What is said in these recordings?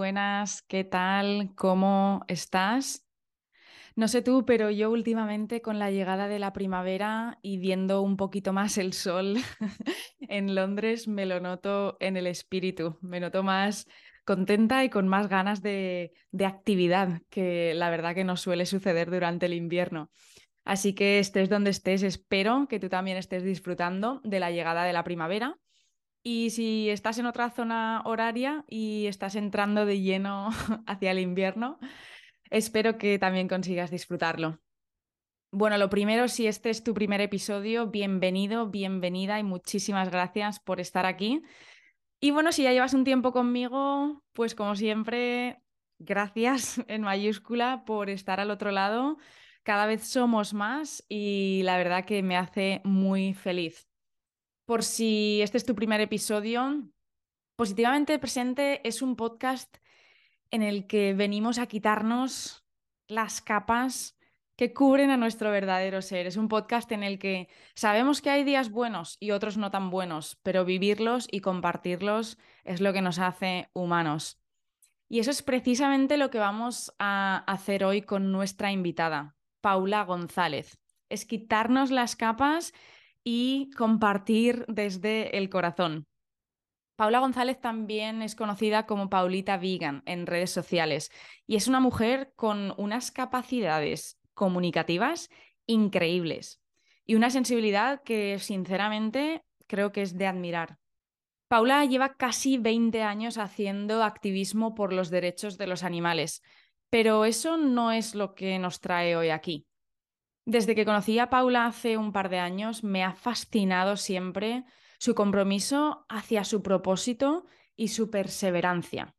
buenas, ¿qué tal? ¿Cómo estás? No sé tú, pero yo últimamente con la llegada de la primavera y viendo un poquito más el sol en Londres, me lo noto en el espíritu, me noto más contenta y con más ganas de actividad, que la verdad que no suele suceder durante el invierno. Así que estés donde estés, espero que tú también estés disfrutando de la llegada de la primavera. Y si estás en otra zona horaria y estás entrando de lleno hacia el invierno, espero que también consigas disfrutarlo. Bueno, lo primero, si este es tu primer episodio, bienvenido, bienvenida y muchísimas gracias por estar aquí. Y bueno, si ya llevas un tiempo conmigo, pues como siempre, gracias en mayúscula por estar al otro lado. Cada vez somos más y la verdad que me hace muy feliz. Por si este es tu primer episodio, Positivamente Presente es un podcast en el que venimos a quitarnos las capas que cubren a nuestro verdadero ser. Es un podcast en el que sabemos que hay días buenos y otros no tan buenos, pero vivirlos y compartirlos es lo que nos hace humanos. Y eso es precisamente lo que vamos a hacer hoy con nuestra invitada, Paula González. Es quitarnos las capas y compartir desde el corazón. Paula González también es conocida como Paulita Vegan en redes sociales y es una mujer con unas capacidades comunicativas increíbles y una sensibilidad que sinceramente creo que es de admirar. Paula lleva casi 20 años haciendo activismo por los derechos de los animales, pero eso no es lo que nos trae hoy aquí. Desde que conocí a Paula hace un par de años, me ha fascinado siempre su compromiso hacia su propósito y su perseverancia.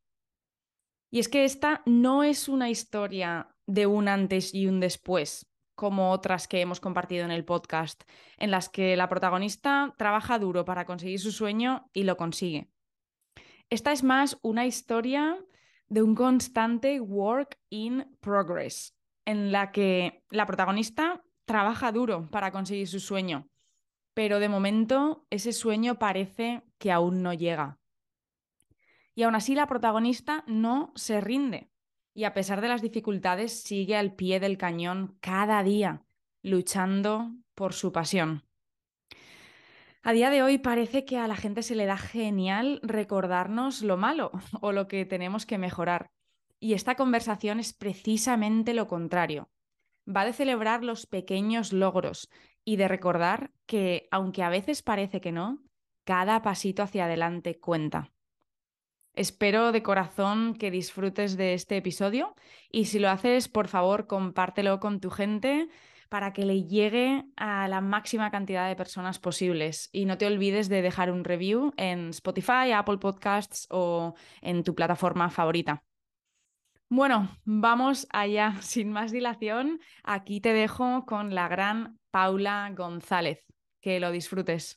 Y es que esta no es una historia de un antes y un después, como otras que hemos compartido en el podcast, en las que la protagonista trabaja duro para conseguir su sueño y lo consigue. Esta es más una historia de un constante work in progress, en la que la protagonista trabaja duro para conseguir su sueño, pero de momento ese sueño parece que aún no llega. Y aún así la protagonista no se rinde y a pesar de las dificultades sigue al pie del cañón cada día, luchando por su pasión. A día de hoy parece que a la gente se le da genial recordarnos lo malo o lo que tenemos que mejorar. Y esta conversación es precisamente lo contrario. Va de celebrar los pequeños logros y de recordar que, aunque a veces parece que no, cada pasito hacia adelante cuenta. Espero de corazón que disfrutes de este episodio y si lo haces, por favor, compártelo con tu gente para que le llegue a la máxima cantidad de personas posibles. Y no te olvides de dejar un review en Spotify, Apple Podcasts o en tu plataforma favorita. Bueno, vamos allá, sin más dilación. Aquí te dejo con la gran Paula González. Que lo disfrutes.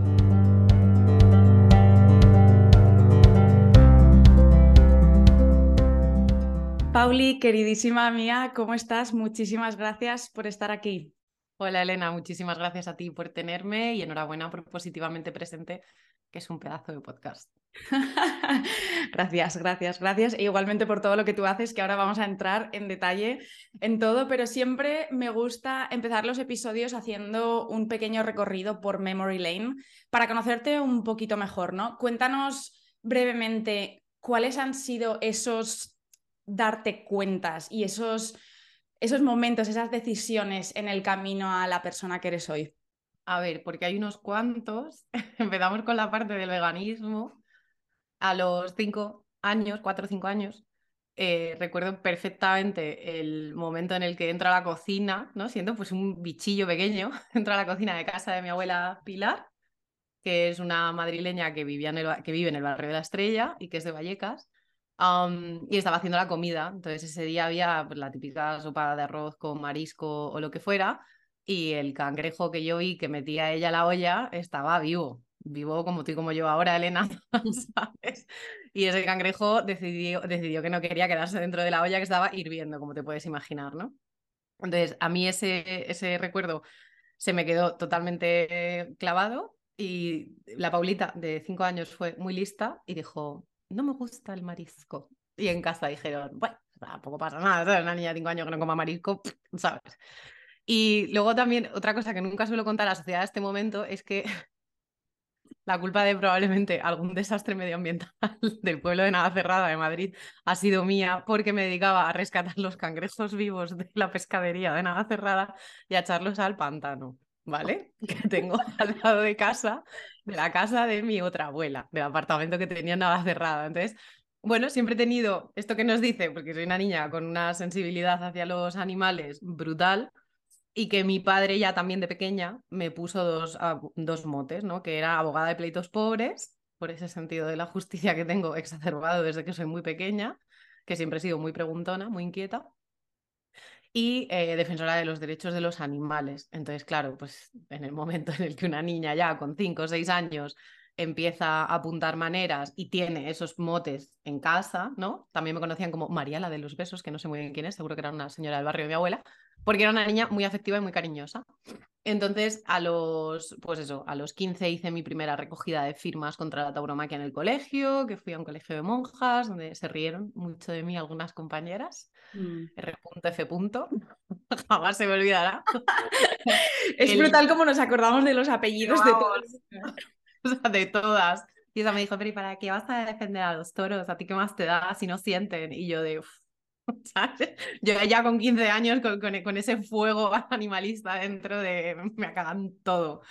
Pauli, queridísima mía, ¿cómo estás? Muchísimas gracias por estar aquí. Hola Elena, muchísimas gracias a ti por tenerme y enhorabuena por Positivamente Presente, que es un pedazo de podcast. Gracias, gracias, gracias. E igualmente por todo lo que tú haces, que ahora vamos a entrar en detalle en todo, pero siempre me gusta empezar los episodios haciendo un pequeño recorrido por Memory Lane para conocerte un poquito mejor, ¿no? Cuéntanos brevemente cuáles han sido esos darte cuentas y esos momentos, esas decisiones en el camino a la persona que eres hoy. A ver, porque hay unos cuantos. Empezamos con la parte del veganismo. A los 5 años, 4 o 5 años, recuerdo perfectamente el momento en el que entro a la cocina, ¿no? Siendo pues un bichillo pequeño, entro a la cocina de casa de mi abuela Pilar, que es una madrileña que que vive en el barrio de La Estrella y que es de Vallecas. Y estaba haciendo la comida. Entonces ese día había pues, la típica sopa de arroz con marisco o lo que fuera, y el cangrejo que yo vi que metía ella a la olla estaba vivo. Vivo como tú y como yo ahora, Elena, ¿sabes? Y ese cangrejo decidió que no quería quedarse dentro de la olla que estaba hirviendo, como te puedes imaginar, ¿no? Entonces, a mí ese recuerdo se me quedó totalmente clavado, y la Paulita de 5 años fue muy lista y dijo, no me gusta el marisco. Y en casa dijeron, bueno, tampoco pasa nada, ¿sabes? Una niña de 5 años que no coma marisco, ¿sabes? Y luego también, otra cosa que nunca suelo contar a la sociedad a este momento es que la culpa de probablemente algún desastre medioambiental del pueblo de Navacerrada de Madrid ha sido mía porque me dedicaba a rescatar los cangrejos vivos de la pescadería de Navacerrada y a echarlos al pantano, ¿vale? Que tengo al lado de casa, de la casa de mi otra abuela, del apartamento que tenía en Navacerrada. Entonces, bueno, siempre he tenido esto que nos dice, porque soy una niña con una sensibilidad hacia los animales brutal y que mi padre ya también de pequeña me puso dos motes, ¿no? Que era abogada de pleitos pobres, por ese sentido de la justicia que tengo exacerbado desde que soy muy pequeña, que siempre he sido muy preguntona, muy inquieta, y defensora de los derechos de los animales. Entonces, claro, pues en el momento en el que una niña ya con 5 o 6 años empieza a apuntar maneras y tiene esos motes en casa, ¿no? También me conocían como María la de los besos, que no sé muy bien quién es, seguro que era una señora del barrio de mi abuela, porque era una niña muy afectiva y muy cariñosa. Entonces, pues eso, a los 15 hice mi primera recogida de firmas contra la tauromaquia en el colegio, que fui a un colegio de monjas, donde se rieron mucho de mí algunas compañeras. Mm. R.F. Jamás se me olvidará. Es El, brutal como nos acordamos de los apellidos de todos. vamos, o sea, de todas. Y esa me dijo, pero ¿y para qué vas a defender a los toros? ¿A ti qué más te da si no sienten? Y yo de, "Uf", ¿sabes? Yo ya con 15 años con ese fuego animalista dentro de, me acaban todo.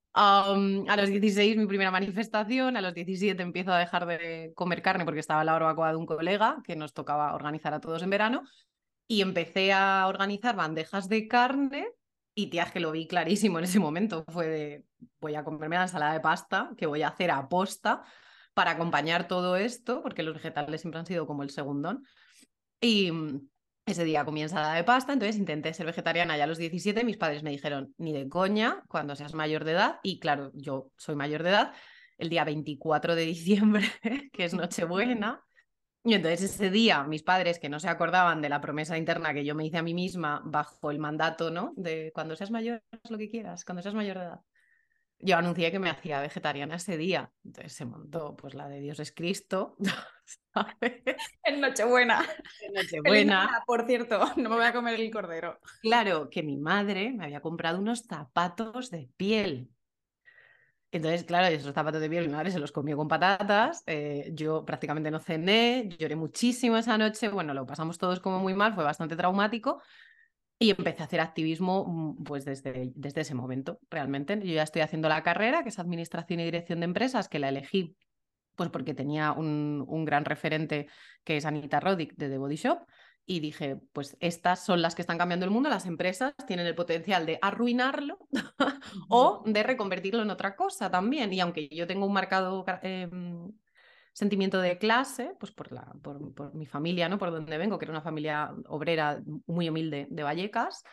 A los 16 mi primera manifestación, a los 17 empiezo a dejar de comer carne porque estaba la barbacoa de un colega que nos tocaba organizar a todos en verano y empecé a organizar bandejas de carne y tía, es que lo vi clarísimo en ese momento, fue de voy a comerme la ensalada de pasta que voy a hacer a posta para acompañar todo esto, porque los vegetales siempre han sido como el segundón. Y ese día comí ensalada de pasta, entonces intenté ser vegetariana ya a los 17. Mis padres me dijeron, ni de coña, cuando seas mayor de edad. Y claro, yo soy mayor de edad. El día 24 de diciembre, que es Nochebuena. Y entonces ese día mis padres, que no se acordaban de la promesa interna que yo me hice a mí misma bajo el mandato, ¿no? De cuando seas mayor, haz lo que quieras, cuando seas mayor de edad. Yo anuncié que me hacía vegetariana ese día. Entonces se montó pues la de Dios es Cristo, ¿sabes? En Nochebuena. En Feliz Nochebuena. Navidad, por cierto, no me voy a comer el cordero. Claro que mi madre me había comprado unos zapatos de piel. Entonces, claro, esos zapatos de piel mi madre se los comió con patatas. Yo prácticamente no cené, lloré muchísimo esa noche. Bueno, lo pasamos todos como muy mal, fue bastante traumático. Y empecé a hacer activismo pues desde ese momento, realmente. Yo ya estoy haciendo la carrera, que es Administración y Dirección de Empresas, que la elegí pues porque tenía un gran referente que es Anita Roddick de The Body Shop. Y dije, pues estas son las que están cambiando el mundo, las empresas tienen el potencial de arruinarlo o de reconvertirlo en otra cosa también. Y aunque yo tengo un marcado sentimiento de clase, pues por mi familia, ¿no? Por donde vengo, que era una familia obrera muy humilde de Vallecas,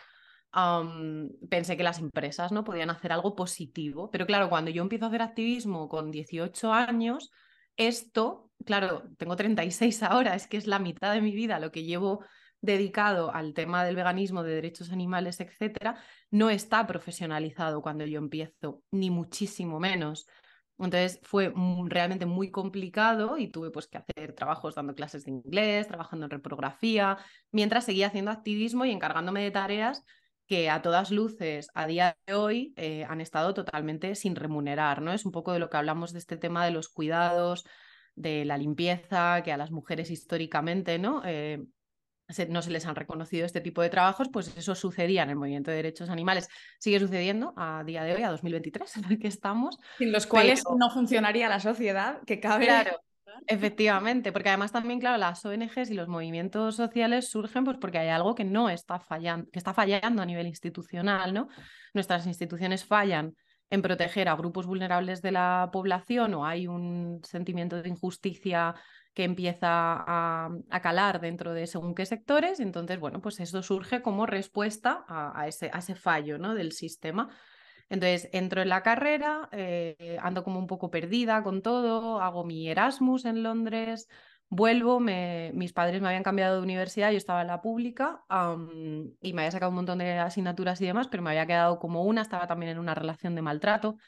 pensé que las empresas no podían hacer algo positivo. Pero claro, cuando yo empiezo a hacer activismo con 18 años, esto, claro, tengo 36 ahora, es que es la mitad de mi vida lo que llevo dedicado al tema del veganismo, de derechos animales, etcétera, no está profesionalizado cuando yo empiezo, ni muchísimo menos. Entonces fue realmente muy complicado y tuve pues que hacer trabajos dando clases de inglés, trabajando en reprografía, mientras seguía haciendo activismo y encargándome de tareas que a todas luces a día de hoy han estado totalmente sin remunerar, ¿no? Es un poco de lo que hablamos de este tema de los cuidados, de la limpieza, que a las mujeres históricamente, ¿no? No se les han reconocido este tipo de trabajos, pues eso sucedía en el movimiento de derechos animales. Sigue sucediendo a día de hoy, a 2023, en el que estamos, Sin los cuales pero no funcionaría la sociedad, que cabe. claro, efectivamente, porque además también, claro, las ONGs y los movimientos sociales surgen pues porque hay algo que no está fallando, que está fallando a nivel institucional, ¿no? Nuestras instituciones fallan en proteger a grupos vulnerables de la población o hay un sentimiento de injusticia que empieza a calar dentro de según qué sectores, entonces, bueno, pues eso surge como respuesta a ese fallo, ¿no? Del sistema. Entonces entro en la carrera, ando como un poco perdida con todo, hago mi Erasmus en Londres, vuelvo, mis padres me habían cambiado de universidad, yo estaba en la pública y me había sacado un montón de asignaturas y demás, pero me había quedado como una, estaba también en una relación de maltrato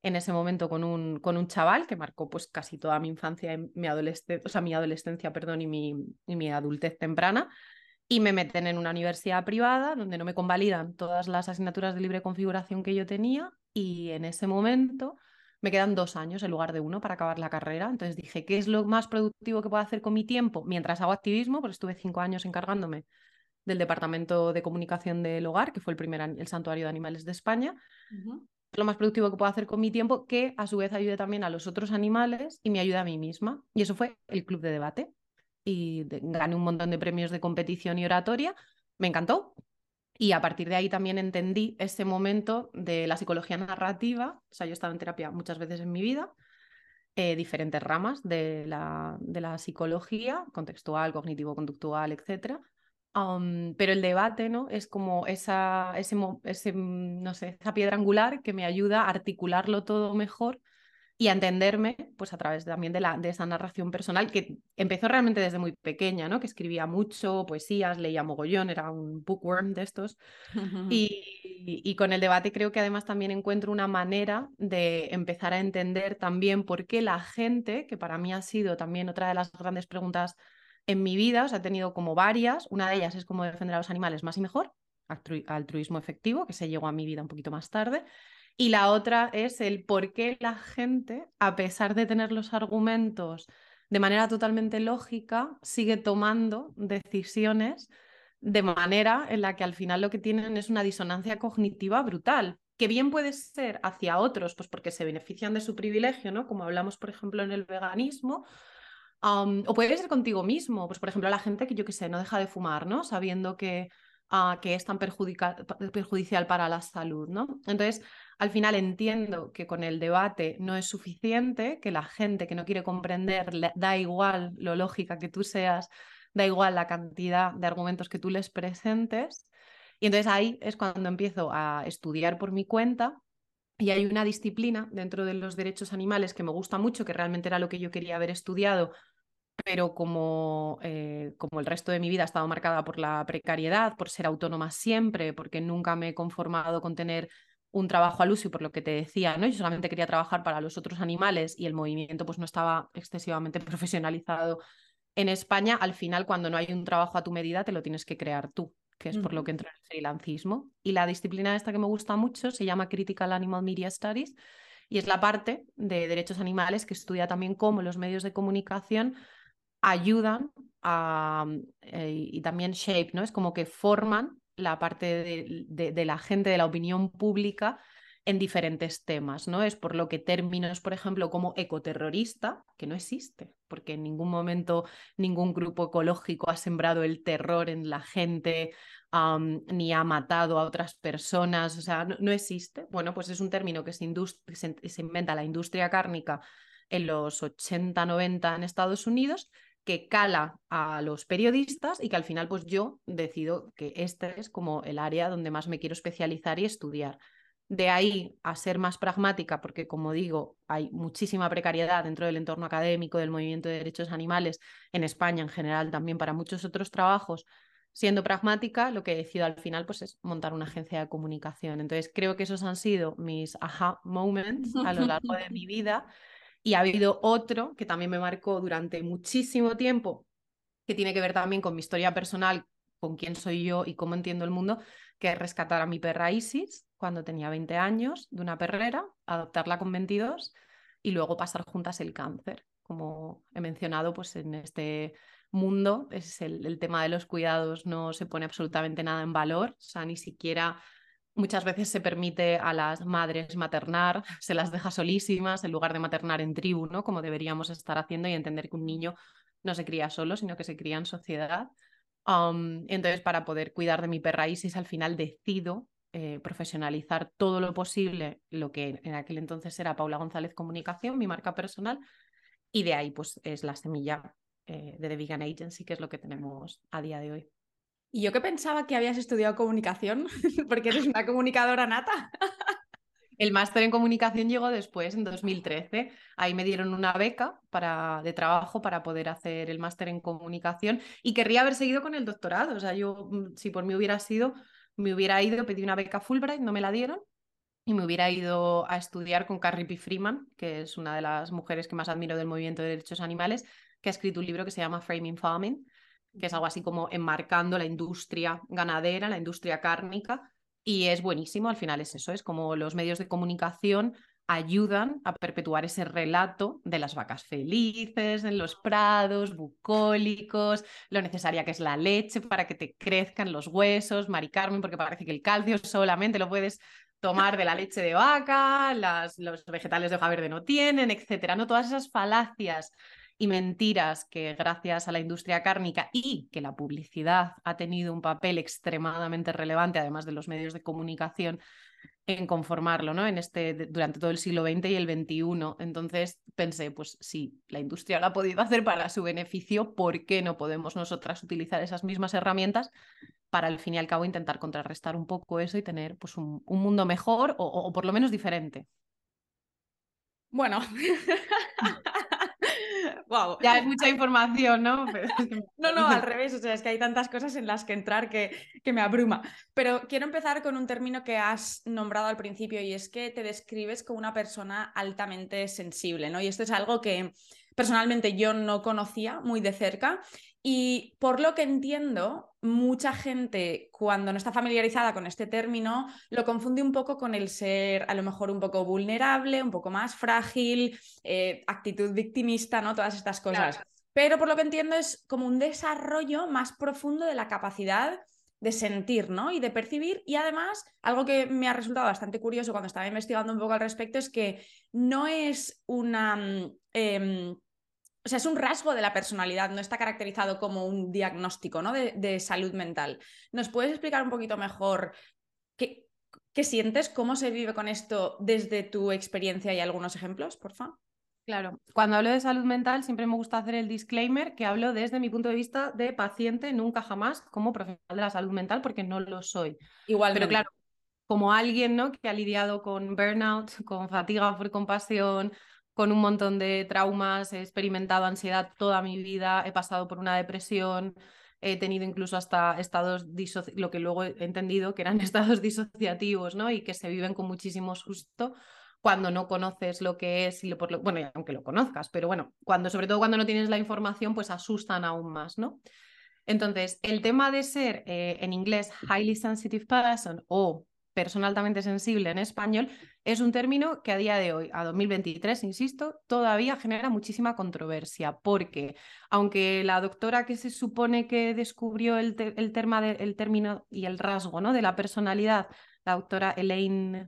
en ese momento con un chaval que marcó pues casi toda mi infancia y mi adolescencia, o sea, mi adolescencia, perdón, y mi adultez temprana. Y me meten en una universidad privada donde no me convalidan todas las asignaturas de libre configuración que yo tenía y en ese momento me quedan 2 años en lugar de uno para acabar la carrera. Entonces dije, ¿qué es lo más productivo que puedo hacer con mi tiempo mientras hago activismo? Porque estuve 5 años encargándome del Departamento de Comunicación del Hogar, que fue el santuario de animales de España. Ujú. Es lo más productivo que puedo hacer con mi tiempo, que a su vez ayude también a los otros animales y me ayude a mí misma. Y eso fue el club de debate. Y gané un montón de premios de competición y oratoria. Me encantó. Y a partir de ahí también entendí ese momento de la psicología narrativa. O sea, yo he estado en terapia muchas veces en mi vida, diferentes ramas de la psicología, contextual, cognitivo-conductual, etcétera. Pero el debate, ¿no? Es como no sé, esa piedra angular que me ayuda a articularlo todo mejor y a entenderme pues a través también de esa narración personal que empezó realmente desde muy pequeña, ¿no? Que escribía mucho, poesías, leía mogollón, era un bookworm de estos. Y con el debate creo que además también encuentro una manera de empezar a entender también por qué la gente, que para mí ha sido también otra de las grandes preguntas en mi vida, o sea, he tenido como varias, una de ellas es cómo defender a los animales más y mejor, altruismo efectivo, que se llegó a mi vida un poquito más tarde, y la otra es el por qué la gente, a pesar de tener los argumentos de manera totalmente lógica, sigue tomando decisiones de manera en la que al final lo que tienen es una disonancia cognitiva brutal, que bien puede ser hacia otros, pues porque se benefician de su privilegio, ¿no? Como hablamos, por ejemplo, en el veganismo, o puede ser contigo mismo, pues por ejemplo, la gente que yo qué sé, no deja de fumar, ¿no? Sabiendo que es tan perjudicial para la salud, ¿no? Entonces, al final entiendo que con el debate no es suficiente, que la gente que no quiere comprender, da igual lo lógica que tú seas, da igual la cantidad de argumentos que tú les presentes. Y entonces ahí es cuando empiezo a estudiar por mi cuenta. Y hay una disciplina dentro de los derechos animales que me gusta mucho, que realmente era lo que yo quería haber estudiado, pero como el resto de mi vida ha estado marcada por la precariedad, por ser autónoma siempre, porque nunca me he conformado con tener un trabajo al uso y por lo que te decía, ¿no? Yo solamente quería trabajar para los otros animales y el movimiento pues no estaba excesivamente profesionalizado en España. Al final, cuando no hay un trabajo a tu medida, te lo tienes que crear tú, que es por lo Ujú. que entró en el freelancismo. Y la disciplina esta que me gusta mucho se llama Critical Animal Media Studies y es la parte de derechos animales que estudia también cómo los medios de comunicación ayudan y también shape, ¿no? Es como que forman la parte de la gente, de la opinión pública en diferentes temas, ¿no? Es por lo que términos, por ejemplo, como ecoterrorista, que no existe, porque en ningún momento ningún grupo ecológico ha sembrado el terror en la gente, ni ha matado a otras personas, o sea, no existe. Bueno, pues es un término que se inventa la industria cárnica en los 80, 90 en Estados Unidos, que cala a los periodistas y que al final pues yo decido que este es como el área donde más me quiero especializar y estudiar. De ahí a ser más pragmática, porque como digo, hay muchísima precariedad dentro del entorno académico, del movimiento de derechos animales, en España en general, también para muchos otros trabajos. Siendo pragmática, lo que decido al final pues, es montar una agencia de comunicación. Entonces, creo que esos han sido mis aha moments a lo largo de mi vida. Y ha habido otro que también me marcó durante muchísimo tiempo, que tiene que ver también con mi historia personal, con quién soy yo y cómo entiendo el mundo, que es rescatar a mi perra Isis cuando tenía 20 años de una perrera, adoptarla con 22 y luego pasar juntas el cáncer. Como he mencionado, pues en este mundo es el tema de los cuidados no se pone absolutamente nada en valor, o sea, ni siquiera muchas veces se permite a las madres maternar, se las deja solísimas en lugar de maternar en tribu, ¿no? Como deberíamos estar haciendo y entender que un niño no se cría solo, sino que se cría en sociedad. Entonces, para poder cuidar de mi perra Isis, al final decido profesionalizar todo lo posible lo que en aquel entonces era Paula González Comunicación, mi marca personal, y de ahí pues es la semilla de The Vegan Agency, que es lo que tenemos a día de hoy. Y yo que pensaba que habías estudiado comunicación, porque eres una comunicadora nata. El máster en comunicación llegó después, en 2013. Ahí me dieron una beca de trabajo para poder hacer el máster en comunicación y querría haber seguido con el doctorado. O sea, yo, si por mí hubiera sido, me hubiera ido, pedí una beca Fulbright, no me la dieron. y me hubiera ido a estudiar con Carrie P. Freeman, que es una de las mujeres que más admiro del movimiento de derechos animales, que ha escrito un libro que se llama Framing Farming, que es algo así como enmarcando la industria ganadera, la industria cárnica, y es buenísimo. Al final es eso, es como los medios de comunicación ayudan a perpetuar ese relato de las vacas felices en los prados, bucólicos, lo necesaria que es la leche para que te crezcan los huesos, Mari Carmen, porque parece que el calcio solamente lo puedes tomar de la leche de vaca, los vegetales de hoja verde no tienen, etcétera, ¿no? Todas esas falacias y mentiras que gracias a la industria cárnica y que la publicidad ha tenido un papel extremadamente relevante, además de los medios de comunicación, en conformarlo, ¿no? Durante todo el siglo XX y el XXI. Entonces pensé, pues sí, la industria lo ha podido hacer para su beneficio, ¿por qué no podemos nosotras utilizar esas mismas herramientas para al fin y al cabo intentar contrarrestar un poco eso y tener pues un mundo mejor o por lo menos diferente? Bueno, wow. Ya es mucha información, ¿no? Pero es que No, no, al revés, o sea, es que hay tantas cosas en las que entrar que me abruma. Pero quiero empezar con un término que has nombrado al principio y es que te describes como una persona altamente sensible, ¿no? Y esto es algo que personalmente yo no conocía muy de cerca y por lo que entiendo, mucha gente cuando no está familiarizada con este término lo confunde un poco con el ser a lo mejor un poco vulnerable, un poco más frágil, actitud victimista, ¿no? Todas estas cosas. Claro. Pero por lo que entiendo es como un desarrollo más profundo de la capacidad de sentir, ¿no? Y de percibir. Y además, algo que me ha resultado bastante curioso cuando estaba investigando un poco al respecto es que no es una... o sea, es un rasgo de la personalidad, no está caracterizado como un diagnóstico, ¿no? de salud mental. ¿Nos puedes explicar un poquito mejor qué, qué sientes, cómo se vive con esto desde tu experiencia y algunos ejemplos, por favor? Claro, cuando hablo de salud mental siempre me gusta hacer el disclaimer que hablo desde mi punto de vista de paciente, nunca jamás como profesional de la salud mental porque no lo soy. Pero Igualmente. claro, como alguien, ¿no?, que ha lidiado con burnout, con fatiga por compasión, con un montón de traumas, he experimentado ansiedad toda mi vida, he pasado por una depresión, he tenido incluso hasta estados, lo que luego he entendido que eran estados disociativos, ¿no?, y que se viven con muchísimo susto cuando no conoces lo que es, bueno, y aunque lo conozcas, pero bueno, sobre todo cuando no tienes la información, pues asustan aún más, ¿no? Entonces, el tema de ser en inglés highly sensitive person o persona altamente sensible en español es un término que a día de hoy, a 2023, insisto, todavía genera muchísima controversia, porque aunque la doctora que se supone que descubrió el término y el rasgo, ¿no?, de la personalidad, la doctora Elaine...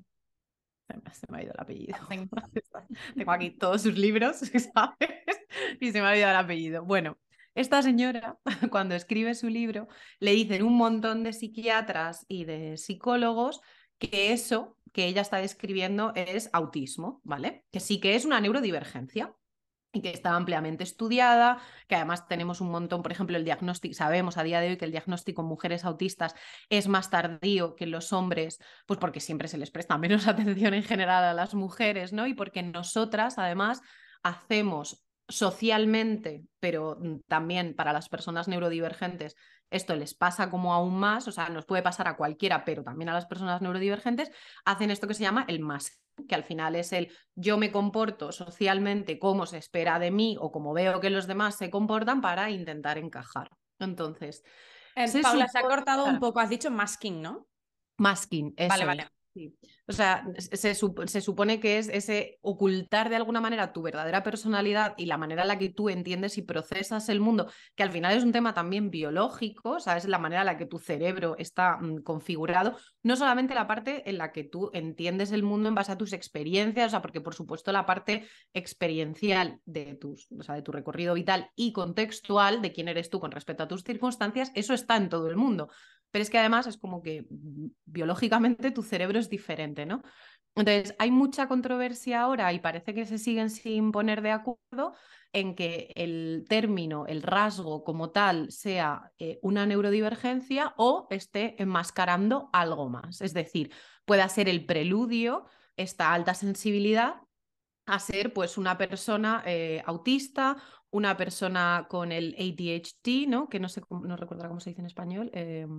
Se me ha ido el apellido. Tengo aquí todos sus libros, ¿sabes? Y se me ha olvidado el apellido. Bueno, esta señora, cuando escribe su libro, le dicen un montón de psiquiatras y de psicólogos que eso que ella está describiendo es autismo, ¿vale? Que sí que es una neurodivergencia y que está ampliamente estudiada, que además tenemos un montón, por ejemplo, el diagnóstico, sabemos a día de hoy que el diagnóstico en mujeres autistas es más tardío que en los hombres, pues porque siempre se les presta menos atención en general a las mujeres, ¿no? Y porque nosotras, además, hacemos socialmente, pero también para las personas neurodivergentes, esto les pasa como aún más, o sea, nos puede pasar a cualquiera, pero también a las personas neurodivergentes, hacen esto que se llama el masking, que al final es el yo me comporto socialmente como se espera de mí o como veo que los demás se comportan para intentar encajar. Entonces, se Paula, se ha supone... cortado un poco, has dicho masking, ¿no? Masking, Vale, eso es. vale. Sí. O sea, se supone que es ese ocultar de alguna manera tu verdadera personalidad y la manera en la que tú entiendes y procesas el mundo, que al final es un tema también biológico, o sea, es la manera en la que tu cerebro está configurado, no solamente la parte en la que tú entiendes el mundo en base a tus experiencias, o sea, porque por supuesto la parte experiencial o sea, de tu recorrido vital y contextual de quién eres tú con respecto a tus circunstancias, eso está en todo el mundo. Pero es que además es como que biológicamente tu cerebro es diferente, ¿no? Entonces, hay mucha controversia ahora y parece que se siguen sin poner de acuerdo en que el término, el rasgo como tal, sea una neurodivergencia o esté enmascarando algo más. Es decir, pueda ser el preludio, esta alta sensibilidad, a ser pues una persona autista, una persona con el ADHD, ¿no? Que no sé, no recuerdo cómo se dice en español.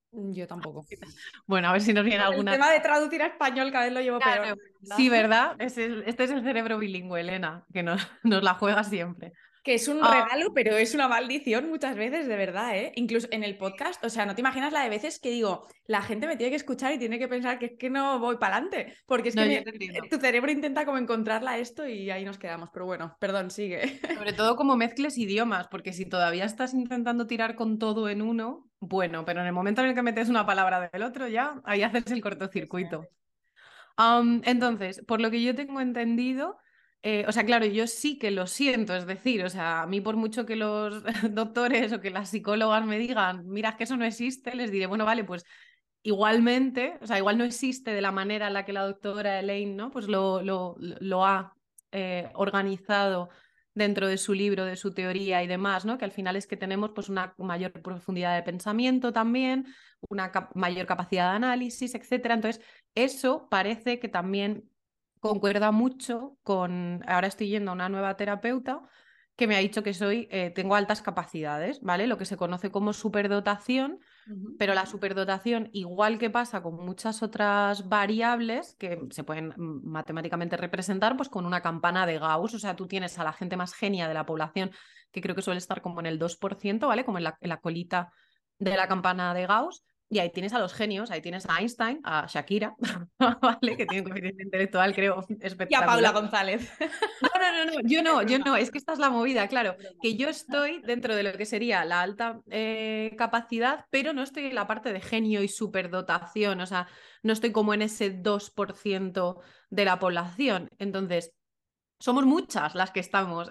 Yo tampoco. Bueno, a ver si nos viene El alguna. tema de traducir a español cada vez lo llevo peor, Claro, ¿verdad? sí, ¿verdad? Este es el cerebro bilingüe, Elena, que nos la juega siempre. Que es un Ah, regalo, pero es una maldición muchas veces, de verdad, ¿eh? Incluso en el podcast, o sea, no te imaginas la de veces que digo, la gente me tiene que escuchar y tiene que pensar que es que no voy para adelante, porque es que no, yo te entiendo. tu cerebro intenta como encontrarla a esto y ahí nos quedamos, pero bueno, perdón, sigue. Sobre todo como mezcles idiomas, porque si todavía estás intentando tirar con todo en uno, bueno, pero en el momento en el que metes una palabra del otro, ya ahí haces el Sí, sí. cortocircuito. Entonces, por lo que yo tengo entendido, o sea, claro, yo sí que lo siento, es decir, o sea, a mí por mucho que los doctores o que las psicólogas me digan, mira, es que eso no existe, les diré, bueno, vale, pues igualmente, o sea, igual no existe de la manera en la que la doctora Elaine, ¿no? Pues lo ha organizado dentro de su libro, de su teoría y demás, ¿no? Que al final es que tenemos pues una mayor profundidad de pensamiento también, una mayor capacidad de análisis, etcétera. Entonces, eso parece que también concuerda mucho con, ahora estoy yendo a una nueva terapeuta que me ha dicho que tengo altas capacidades, ¿vale? Lo que se conoce como superdotación, Ujú. pero la superdotación, igual que pasa con muchas otras variables que se pueden matemáticamente representar, pues con una campana de Gauss, o sea, tú tienes a la gente más genia de la población, que creo que suele estar como en el 2%, ¿vale? Como en la colita de la campana de Gauss, y ahí tienes a los genios, ahí tienes a Einstein, a Shakira, ¿vale? Que tiene un coeficiente intelectual, creo, Y a Paula espectacular. González. No, yo no, es que esta es la movida, claro, que yo estoy dentro de lo que sería la alta capacidad, pero no estoy en la parte de genio y superdotación, o sea, no estoy como en ese 2% de la población. Entonces, somos muchas las que estamos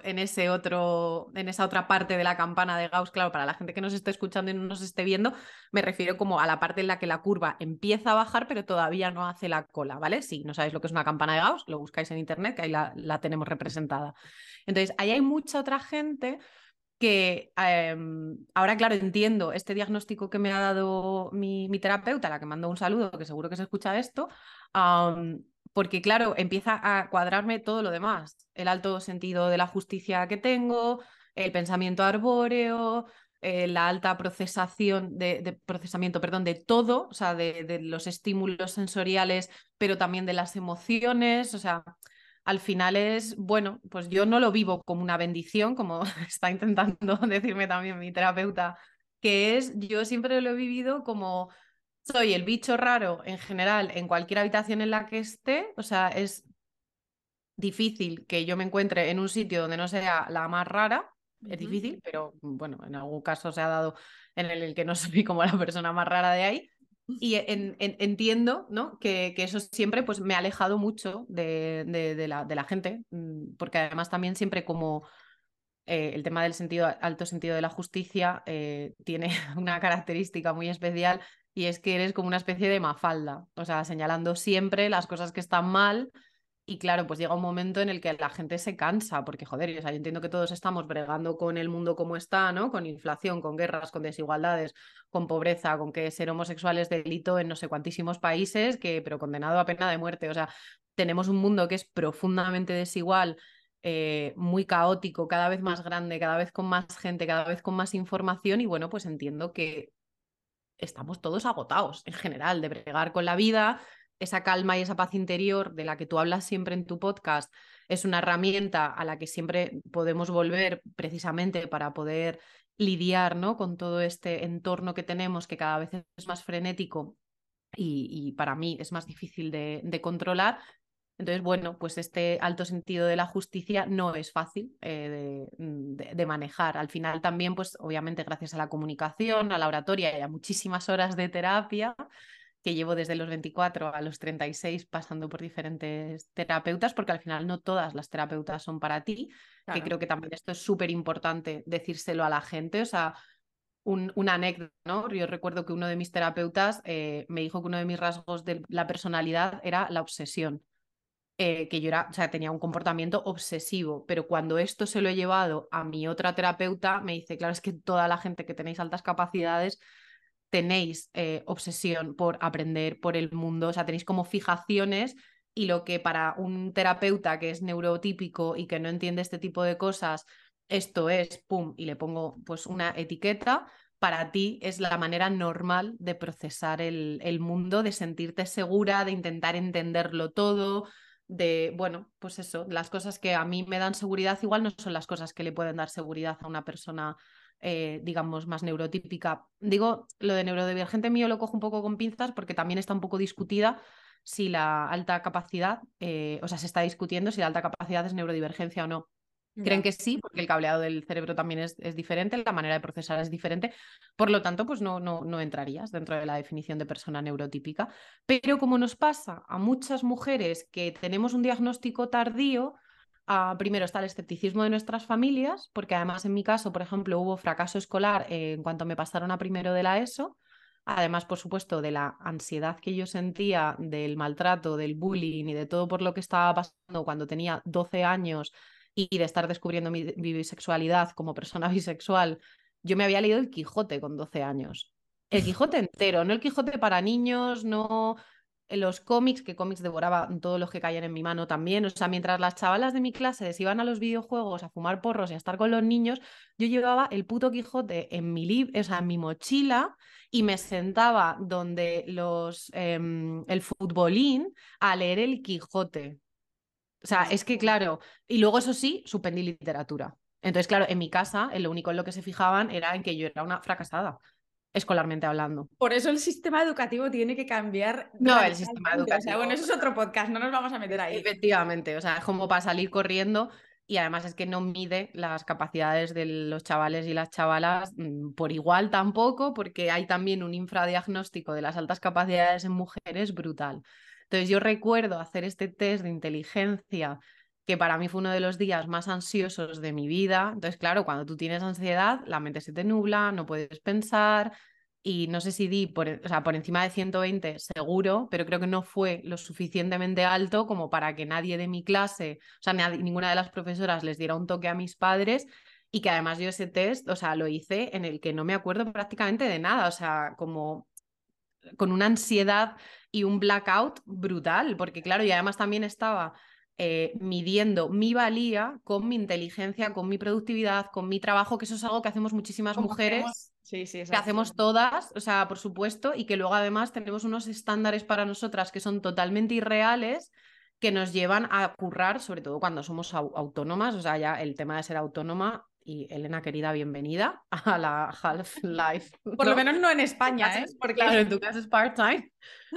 en esa otra parte de la campana de Gauss. Claro, para la gente que nos esté escuchando y no nos esté viendo, me refiero como a la parte en la que la curva empieza a bajar, pero todavía no hace la cola, ¿vale? Si no sabéis lo que es una campana de Gauss, lo buscáis en internet, que ahí la tenemos representada. Entonces, ahí hay mucha otra gente que ahora, claro, entiendo este diagnóstico que me ha dado mi terapeuta, la que mando un saludo, que seguro que se escucha esto, porque, claro, empieza a cuadrarme todo lo demás, el alto sentido de la justicia que tengo, el pensamiento arbóreo, la alta procesación de procesamiento, perdón, de todo, o sea, de los estímulos sensoriales, pero también de las emociones, o sea, al final es, bueno, pues yo no lo vivo como una bendición, como está intentando decirme también mi terapeuta, que es, yo siempre lo he vivido como soy el bicho raro en general en cualquier habitación en la que esté, o sea, es difícil que yo me encuentre en un sitio donde no sea la más rara, es Ujú. difícil, pero bueno, en algún caso se ha dado en el que no soy como la persona más rara de ahí. Y entiendo, ¿no? Que eso siempre pues, me ha alejado mucho de la gente, porque además también siempre como el tema del alto sentido de la justicia tiene una característica muy especial y es que eres como una especie de mafalda, o sea, señalando siempre las cosas que están mal y claro, pues llega un momento en el que la gente se cansa, porque joder, o sea, yo entiendo que todos estamos bregando con el mundo como está, ¿no? Con inflación, con guerras, con desigualdades, con pobreza, con que ser homosexual es delito en no sé cuantísimos países, pero condenado a pena de muerte. O sea, tenemos un mundo que es profundamente desigual, muy caótico, cada vez más grande, cada vez con más gente, cada vez con más información y bueno, pues entiendo que estamos todos agotados en general de bregar con la vida. Esa calma y esa paz interior de la que tú hablas siempre en tu podcast es una herramienta a la que siempre podemos volver precisamente para poder lidiar, ¿no? Con todo este entorno que tenemos que cada vez es más frenético y para mí es más difícil de controlar. Entonces, bueno, pues este alto sentido de la justicia no es fácil de manejar. Al final también, pues obviamente gracias a la comunicación, a la oratoria y a muchísimas horas de terapia, que llevo desde los 24 a los 36 pasando por diferentes terapeutas, porque al final no todas las terapeutas son para ti, que Claro. creo que también esto es súper importante decírselo a la gente. O sea, una anécdota, ¿no? Yo recuerdo que uno de mis terapeutas me dijo que uno de mis rasgos de la personalidad era la obsesión, que yo era, o sea, tenía un comportamiento obsesivo, pero cuando esto se lo he llevado a mi otra terapeuta, me dice, claro, es que toda la gente que tenéis altas capacidades tenéis obsesión por aprender, por el mundo, o sea, tenéis como fijaciones y lo que para un terapeuta que es neurotípico y que no entiende este tipo de cosas, esto es, pum, y le pongo pues una etiqueta. para ti es la manera normal de procesar el mundo, de sentirte segura, de intentar entenderlo todo, de, bueno, pues eso, las cosas que a mí me dan seguridad igual no son las cosas que le pueden dar seguridad a una persona, digamos, más neurotípica. Digo, lo de neurodivergente mío lo cojo un poco con pinzas porque también está un poco discutida si la alta capacidad, o sea, se está discutiendo si la alta capacidad es neurodivergencia o no. Creen Ya. que sí, porque el cableado del cerebro también es diferente, la manera de procesar es diferente, por lo tanto, pues no entrarías dentro de la definición de persona neurotípica. Pero como nos pasa a muchas mujeres que tenemos un diagnóstico tardío, primero está el escepticismo de nuestras familias, porque además en mi caso, por ejemplo, hubo fracaso escolar en cuanto me pasaron a primero de la ESO. Además, por supuesto, de la ansiedad que yo sentía, del maltrato, del bullying y de todo por lo que estaba pasando cuando tenía 12 años y de estar descubriendo mi bisexualidad como persona bisexual, yo me había leído el Quijote con 12 años. El Quijote entero, no el Quijote para niños, no los cómics, que cómics devoraba todos los que caían en mi mano también. O sea, mientras las chavalas de mi clase se iban a los videojuegos a fumar porros y a estar con los niños, yo llevaba el puto Quijote en o sea, en mi mochila y me sentaba donde el futbolín a leer el Quijote. O sea, es que claro, y luego eso sí, suspendí literatura. Entonces, claro, en mi casa, lo único en lo que se fijaban era en que yo era una fracasada, escolarmente hablando. Por eso el sistema educativo tiene que cambiar No, el sistema radicalmente. O sea, bueno, educativo, eso es otro podcast, no nos vamos a meter ahí. efectivamente, o sea, es como para salir corriendo y además es que no mide las capacidades de los chavales y las chavalas por igual tampoco, porque hay también un infradiagnóstico de las altas capacidades en mujeres brutal. Entonces yo recuerdo hacer este test de inteligencia que para mí fue uno de los días más ansiosos de mi vida. Entonces, claro, cuando tú tienes ansiedad, la mente se te nubla, no puedes pensar, y no sé si di o sea, por encima de 120 seguro, pero creo que no fue lo suficientemente alto como para que nadie de mi clase, o sea, ninguna de las profesoras les diera un toque a mis padres, y que además yo ese test, o sea, lo hice en el que no me acuerdo prácticamente de nada, o sea, como con una ansiedad y un blackout brutal, porque claro, y además también estaba midiendo mi valía con mi inteligencia, con mi productividad, con mi trabajo, que eso es algo que hacemos muchísimas Como mujeres, hacemos. Sí, sí, que exacto. hacemos todas, o sea, por supuesto, y que luego además tenemos unos estándares para nosotras que son totalmente irreales, que nos llevan a currar, sobre todo cuando somos autónomas, o sea, ya el tema de ser autónoma, y Elena querida, bienvenida a la Half-Life, Por lo ¿no? menos no en En tu España, caso ¿eh? claro, Porque en tu caso es part-time.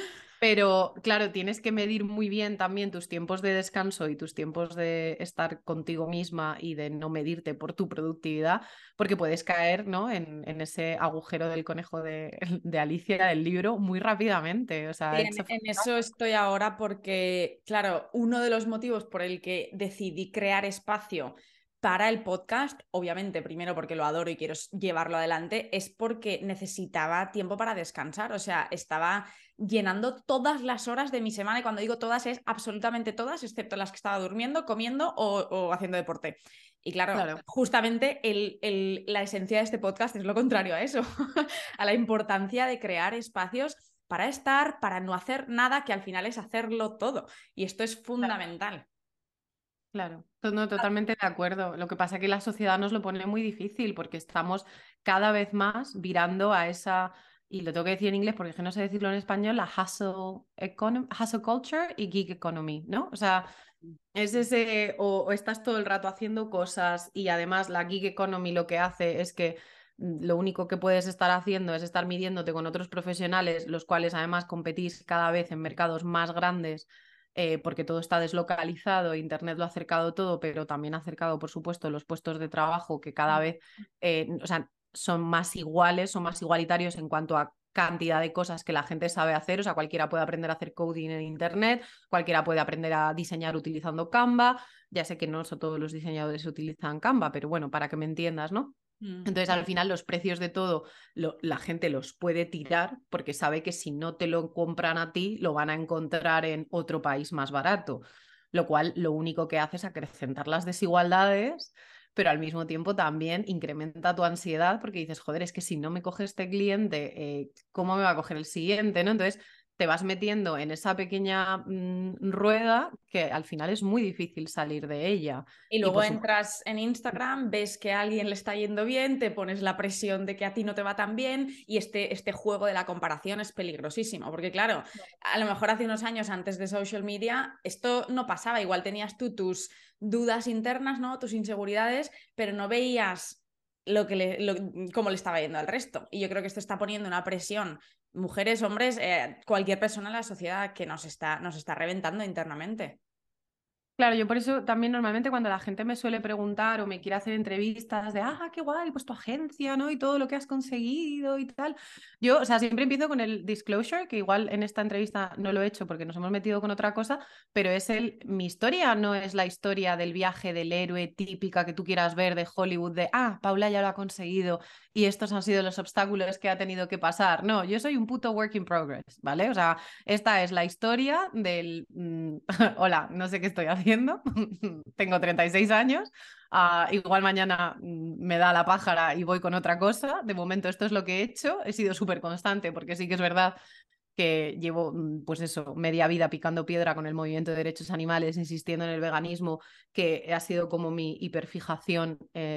Pero claro, tienes que medir muy bien también tus tiempos de descanso y tus tiempos de estar contigo misma y de no medirte por tu productividad, porque puedes caer, ¿no? en ese agujero del conejo de Alicia del libro muy rápidamente. O sea, en eso estoy ahora porque, claro, uno de los motivos por el que decidí crear espacio para el podcast, obviamente, primero porque lo adoro y quiero llevarlo adelante, es porque necesitaba tiempo para descansar. O sea, estaba llenando todas las horas de mi semana y cuando digo todas es absolutamente todas, excepto las que estaba durmiendo, comiendo o haciendo deporte. Y claro, claro. justamente la esencia de este podcast es lo contrario a eso, a la importancia de crear espacios para estar, para no hacer nada, que al final es hacerlo todo. Y esto es fundamental. Claro, no, totalmente de acuerdo. Lo que pasa es que la sociedad nos lo pone muy difícil porque estamos cada vez más virando a esa, y lo tengo que decir en inglés porque es que no sé decirlo en español, la hustle culture y gig economy, ¿no? O sea, es ese, o estás todo el rato haciendo cosas y además la gig economy lo que hace es que lo único que puedes estar haciendo es estar midiéndote con otros profesionales, los cuales además competís cada vez en mercados más grandes, porque todo está deslocalizado, Internet lo ha acercado todo, pero también ha acercado, por supuesto, los puestos de trabajo que cada vez, o sea, son más iguales, son más igualitarios en cuanto a cantidad de cosas que la gente sabe hacer. O sea, cualquiera puede aprender a hacer coding en Internet, cualquiera puede aprender a diseñar utilizando Canva. Ya sé que no todos los diseñadores utilizan Canva, pero bueno, para que me entiendas, ¿no? Entonces, al final, los precios de todo, la gente los puede tirar porque sabe que si no te lo compran a ti, lo van a encontrar en otro país más barato. Lo cual lo único que hace es acrecentar las desigualdades, pero al mismo tiempo también incrementa tu ansiedad porque dices, joder, es que si no me coge este cliente, ¿cómo me va a coger el siguiente? ¿No? Entonces, te vas metiendo en esa pequeña rueda que al final es muy difícil salir de ella. Y Y luego por supuesto, entras en Instagram, ves que a alguien le está yendo bien, te pones la presión de que a ti no te va tan bien y este juego de la comparación es peligrosísimo, porque claro, a lo mejor hace unos años antes de social media esto no pasaba, igual tenías tú tus dudas internas, ¿no? Tus inseguridades, pero no veías cómo le estaba yendo al resto. Y yo creo que esto está poniendo una presión, mujeres, hombres, cualquier persona en la sociedad que nos está reventando internamente. claro, yo por eso también normalmente cuando la gente me suele preguntar o me quiere hacer entrevistas de, qué guay, pues tu agencia, ¿no? Y todo lo que has conseguido y tal. Yo, o sea, siempre empiezo con el disclosure, que igual en esta entrevista no lo he hecho porque nos hemos metido con otra cosa, pero mi historia no es la historia del viaje del héroe típica que tú quieras ver de Hollywood, de, Paula ya lo ha conseguido y estos han sido los obstáculos que ha tenido que pasar. No, yo soy un puto work in progress, ¿vale? O sea, esta es la historia del, hola, no sé qué estoy haciendo, tengo 36 años, igual mañana me da la pájara y voy con otra cosa, de momento esto es lo que he hecho, he sido súper constante porque sí que es verdad que llevo, pues eso, media vida picando piedra con el movimiento de derechos animales, insistiendo en el veganismo, que ha sido como mi hiperfijación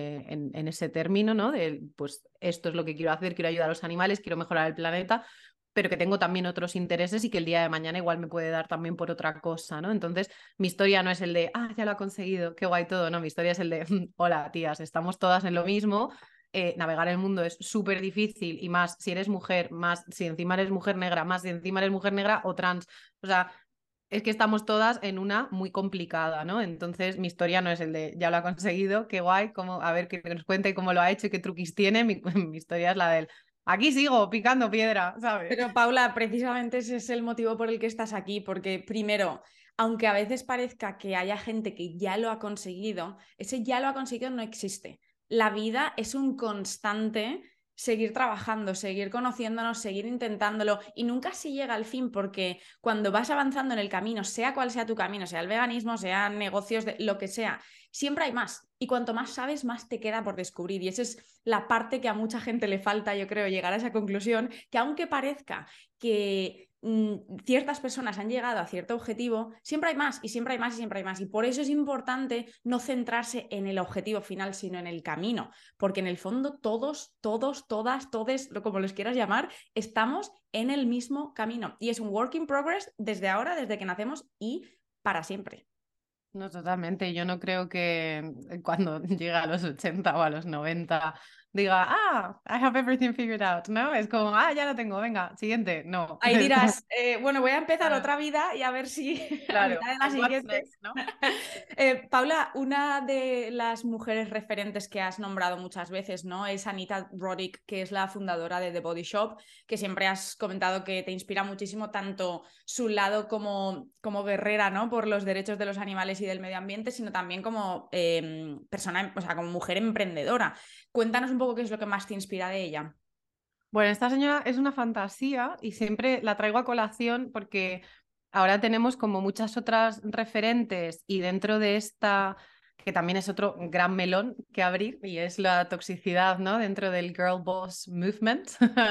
en ese término, ¿no? De, pues esto es lo que quiero hacer, quiero ayudar a los animales, quiero mejorar el planeta, pero que tengo también otros intereses y que el día de mañana igual me puede dar también por otra cosa, ¿no? Entonces, mi historia no es el de, ya lo ha conseguido, qué guay todo, no, mi historia es el de, hola, tías, estamos todas en lo mismo, navegar el mundo es súper difícil y más si eres mujer, más si encima eres mujer negra, más si encima eres mujer negra o trans. O sea, es que estamos todas en una muy complicada, ¿no? Entonces, mi historia no es el de ya lo ha conseguido, qué guay, cómo, a ver que nos cuente cómo lo ha hecho y qué truquis tiene. Mi historia es la del aquí sigo picando piedra, ¿sabes? Pero Paula, precisamente ese es el motivo por el que estás aquí, porque primero, aunque a veces parezca que haya gente que ya lo ha conseguido, ese ya lo ha conseguido no existe. La vida es un constante seguir trabajando, seguir conociéndonos, seguir intentándolo y nunca se llega al fin porque cuando vas avanzando en el camino, sea cual sea tu camino, sea el veganismo, sea negocios, lo que sea, siempre hay más. Y cuanto más sabes, más te queda por descubrir. Y esa es la parte que a mucha gente le falta, yo creo, llegar a esa conclusión, que aunque parezca que ciertas personas han llegado a cierto objetivo, siempre hay más y siempre hay más y siempre hay más. Y por eso es importante no centrarse en el objetivo final, sino en el camino, porque en el fondo todos, todas, todes, como les quieras llamar, estamos en el mismo camino. Y es un work in progress desde ahora, desde que nacemos y para siempre. No, totalmente. Yo no creo que cuando llegue a los 80 o a los 90 diga, I have everything figured out, ¿no? Es como, ya lo tengo, venga, siguiente. No, Ahí es como, dirás, bueno, voy a empezar otra vida y a ver si a claro, mitad de la like, what's siguiente. next, ¿no? Paula, una de las mujeres referentes que has nombrado muchas veces, ¿no? Es Anita Roddick, que es la fundadora de The Body Shop, que siempre has comentado que te inspira muchísimo tanto su lado como guerrera, ¿no? Por los derechos de los animales y del medio ambiente, sino también como persona, o sea, como mujer emprendedora. Cuéntanos un poco qué es lo que más te inspira de ella. Bueno, esta señora es una fantasía y siempre la traigo a colación porque ahora tenemos como muchas otras referentes y dentro de esta, que también es otro gran melón que abrir y es la toxicidad, ¿no? Dentro del girl boss movement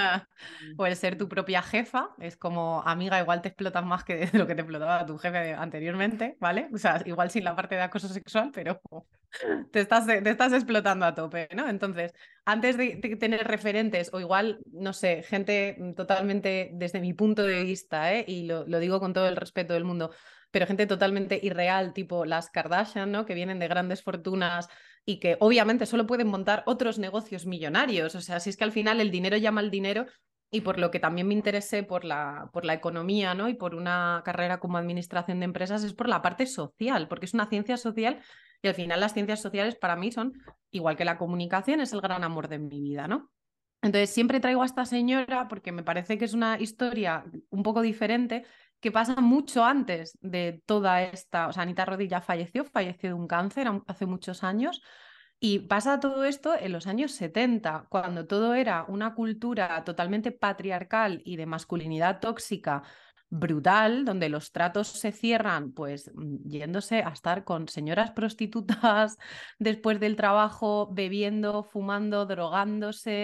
o el ser tu propia jefa, es como amiga, igual te explotan más que de lo que te explotaba tu jefe anteriormente, ¿vale? O sea, igual sin la parte de acoso sexual, pero te estás explotando a tope, ¿no? Entonces, antes de tener referentes o igual, no sé, gente totalmente desde mi punto de vista, y lo digo con todo el respeto del mundo, pero gente totalmente irreal, tipo las Kardashian, ¿no? Que vienen de grandes fortunas y que obviamente solo pueden montar otros negocios millonarios. O sea, si es que al final el dinero llama al dinero y por lo que también me interesé por la economía, ¿no? Y por una carrera como administración de empresas es por la parte social, porque es una ciencia social y al final las ciencias sociales para mí son, igual que la comunicación, es el gran amor de mi vida, ¿no? Entonces siempre traigo a esta señora porque me parece que es una historia un poco diferente que pasa mucho antes de toda esta, o sea, Anita Roddick ya falleció de un cáncer hace muchos años y pasa todo esto en los años 70, cuando todo era una cultura totalmente patriarcal y de masculinidad tóxica brutal, donde los tratos se cierran, pues yéndose a estar con señoras prostitutas después del trabajo, bebiendo, fumando, drogándose.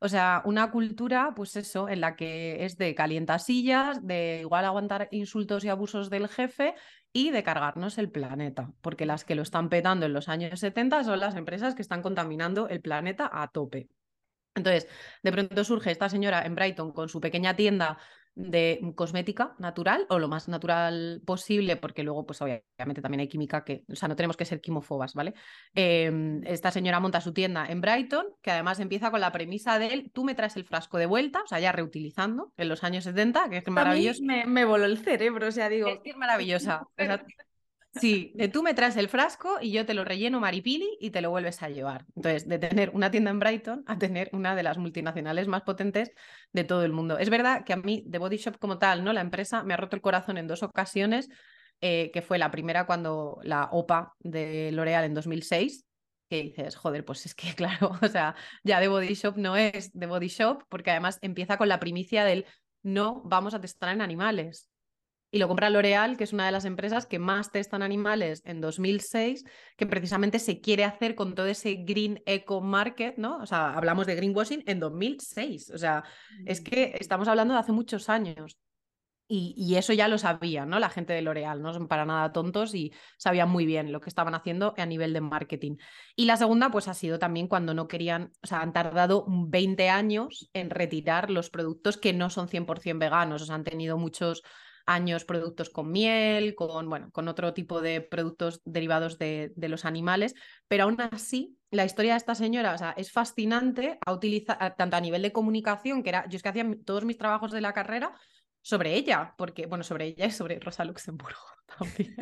O sea, una cultura, pues eso, en la que es de calientasillas, de igual aguantar insultos y abusos del jefe y de cargarnos el planeta, porque las que lo están petando en los años 70 son las empresas que están contaminando el planeta a tope. Entonces, de pronto surge esta señora en Brighton con su pequeña tienda de cosmética natural o lo más natural posible, porque luego, pues obviamente también hay química que, o sea, no tenemos que ser quimófobas, ¿vale? Esta señora monta su tienda en Brighton, que además empieza con la premisa de él, tú me traes el frasco de vuelta, o sea, ya reutilizando en los años 70, que es A mí maravilloso. me voló el cerebro, o sea, Es digo, que es maravillosa. O sea, sí, de tú me traes el frasco y yo te lo relleno maripili y te lo vuelves a llevar. Entonces, de tener una tienda en Brighton a tener una de las multinacionales más potentes de todo el mundo. Es verdad que a mí, The Body Shop como tal, ¿no? La empresa me ha roto el corazón en 2 ocasiones, que fue la primera cuando la OPA de L'Oréal en 2006, que dices, joder, pues es que claro, o sea, ya The Body Shop no es The Body Shop, porque además empieza con la primicia del no vamos a testar en animales. Y lo compra L'Oréal, que es una de las empresas que más testan animales en 2006, que precisamente se quiere hacer con todo ese green eco market, ¿no? O sea, hablamos de greenwashing en 2006. O sea, es que estamos hablando de hace muchos años. Y eso ya lo sabían, ¿no? La gente de L'Oréal, no son para nada tontos y sabían muy bien lo que estaban haciendo a nivel de marketing. Y la segunda, pues ha sido también cuando no querían, o sea, han tardado 20 años en retirar los productos que no son 100% veganos, o sea, han tenido muchos años productos con miel, con, bueno, con otro tipo de productos derivados de los animales, pero aún así la historia de esta señora, o sea, es fascinante a utilizar, tanto a nivel de comunicación, que era, yo es que hacía todos mis trabajos de la carrera sobre ella, porque, bueno, sobre ella y sobre Rosa Luxemburgo también.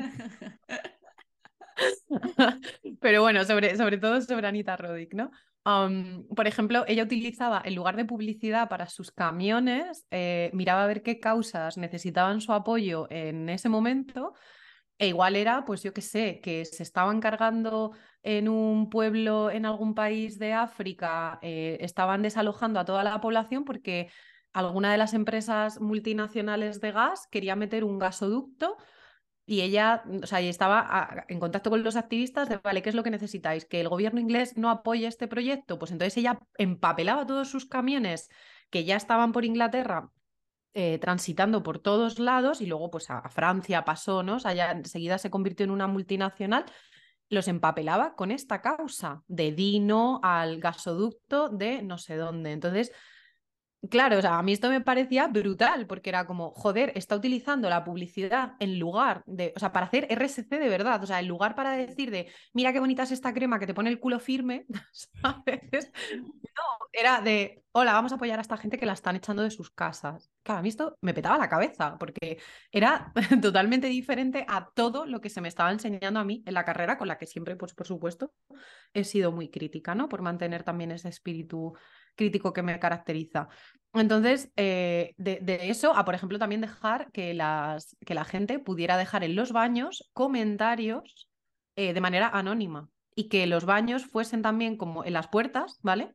Pero bueno, sobre todo sobre Anita Roddick, ¿no? Por ejemplo, ella utilizaba, en lugar de publicidad para sus camiones, miraba a ver qué causas necesitaban su apoyo en ese momento, e igual era, pues yo qué sé, que se estaban cargando en un pueblo en algún país de África, estaban desalojando a toda la población porque alguna de las empresas multinacionales de gas quería meter un gasoducto y ella, o sea, y estaba en contacto con los activistas de, vale, ¿qué es lo que necesitáis? ¿Que el gobierno inglés no apoye este proyecto? Pues entonces ella empapelaba todos sus camiones que ya estaban por Inglaterra, transitando por todos lados y luego pues a Francia pasó, ¿no? O sea, ya enseguida se convirtió en una multinacional, los empapelaba con esta causa de Dino al gasoducto de no sé dónde. Entonces, claro, o sea, a mí esto me parecía brutal, porque era como, joder, está utilizando la publicidad en lugar de, o sea, para hacer RSC de verdad, o sea, en lugar para decir de, mira qué bonita es esta crema que te pone el culo firme, ¿sabes? No, era de, hola, vamos a apoyar a esta gente que la están echando de sus casas. Claro, a mí esto me petaba la cabeza, porque era totalmente diferente a todo lo que se me estaba enseñando a mí en la carrera, con la que siempre, pues por supuesto, he sido muy crítica, ¿no? Por mantener también ese espíritu crítico que me caracteriza. Entonces, de eso a, por ejemplo, también dejar que la gente pudiera dejar en los baños comentarios de manera anónima y que los baños fuesen también como en las puertas, ¿vale?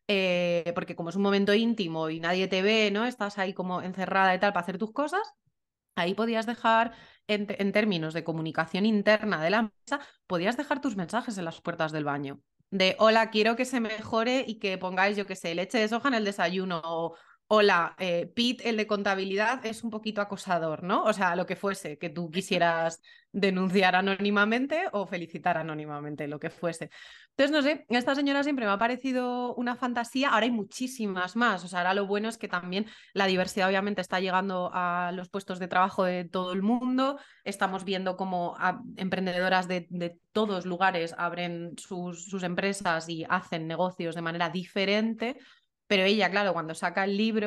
Porque como es un momento íntimo y nadie te ve, ¿no? Estás ahí como encerrada y tal para hacer tus cosas. Ahí podías dejar, en términos de comunicación interna de la empresa, podías dejar tus mensajes en las puertas del baño. De, hola, quiero que se mejore y que pongáis, yo qué sé, leche de soja en el desayuno. O, hola, Pete, el de contabilidad, es un poquito acosador, ¿no? O sea, lo que fuese, que tú quisieras denunciar anónimamente o felicitar anónimamente, lo que fuese. Entonces, no sé, esta señora siempre me ha parecido una fantasía. Ahora hay muchísimas más. O sea, ahora lo bueno es que también la diversidad obviamente está llegando a los puestos de trabajo de todo el mundo. Estamos viendo cómo emprendedoras de todos lugares abren sus empresas y hacen negocios de manera diferente. Pero ella, claro, cuando saca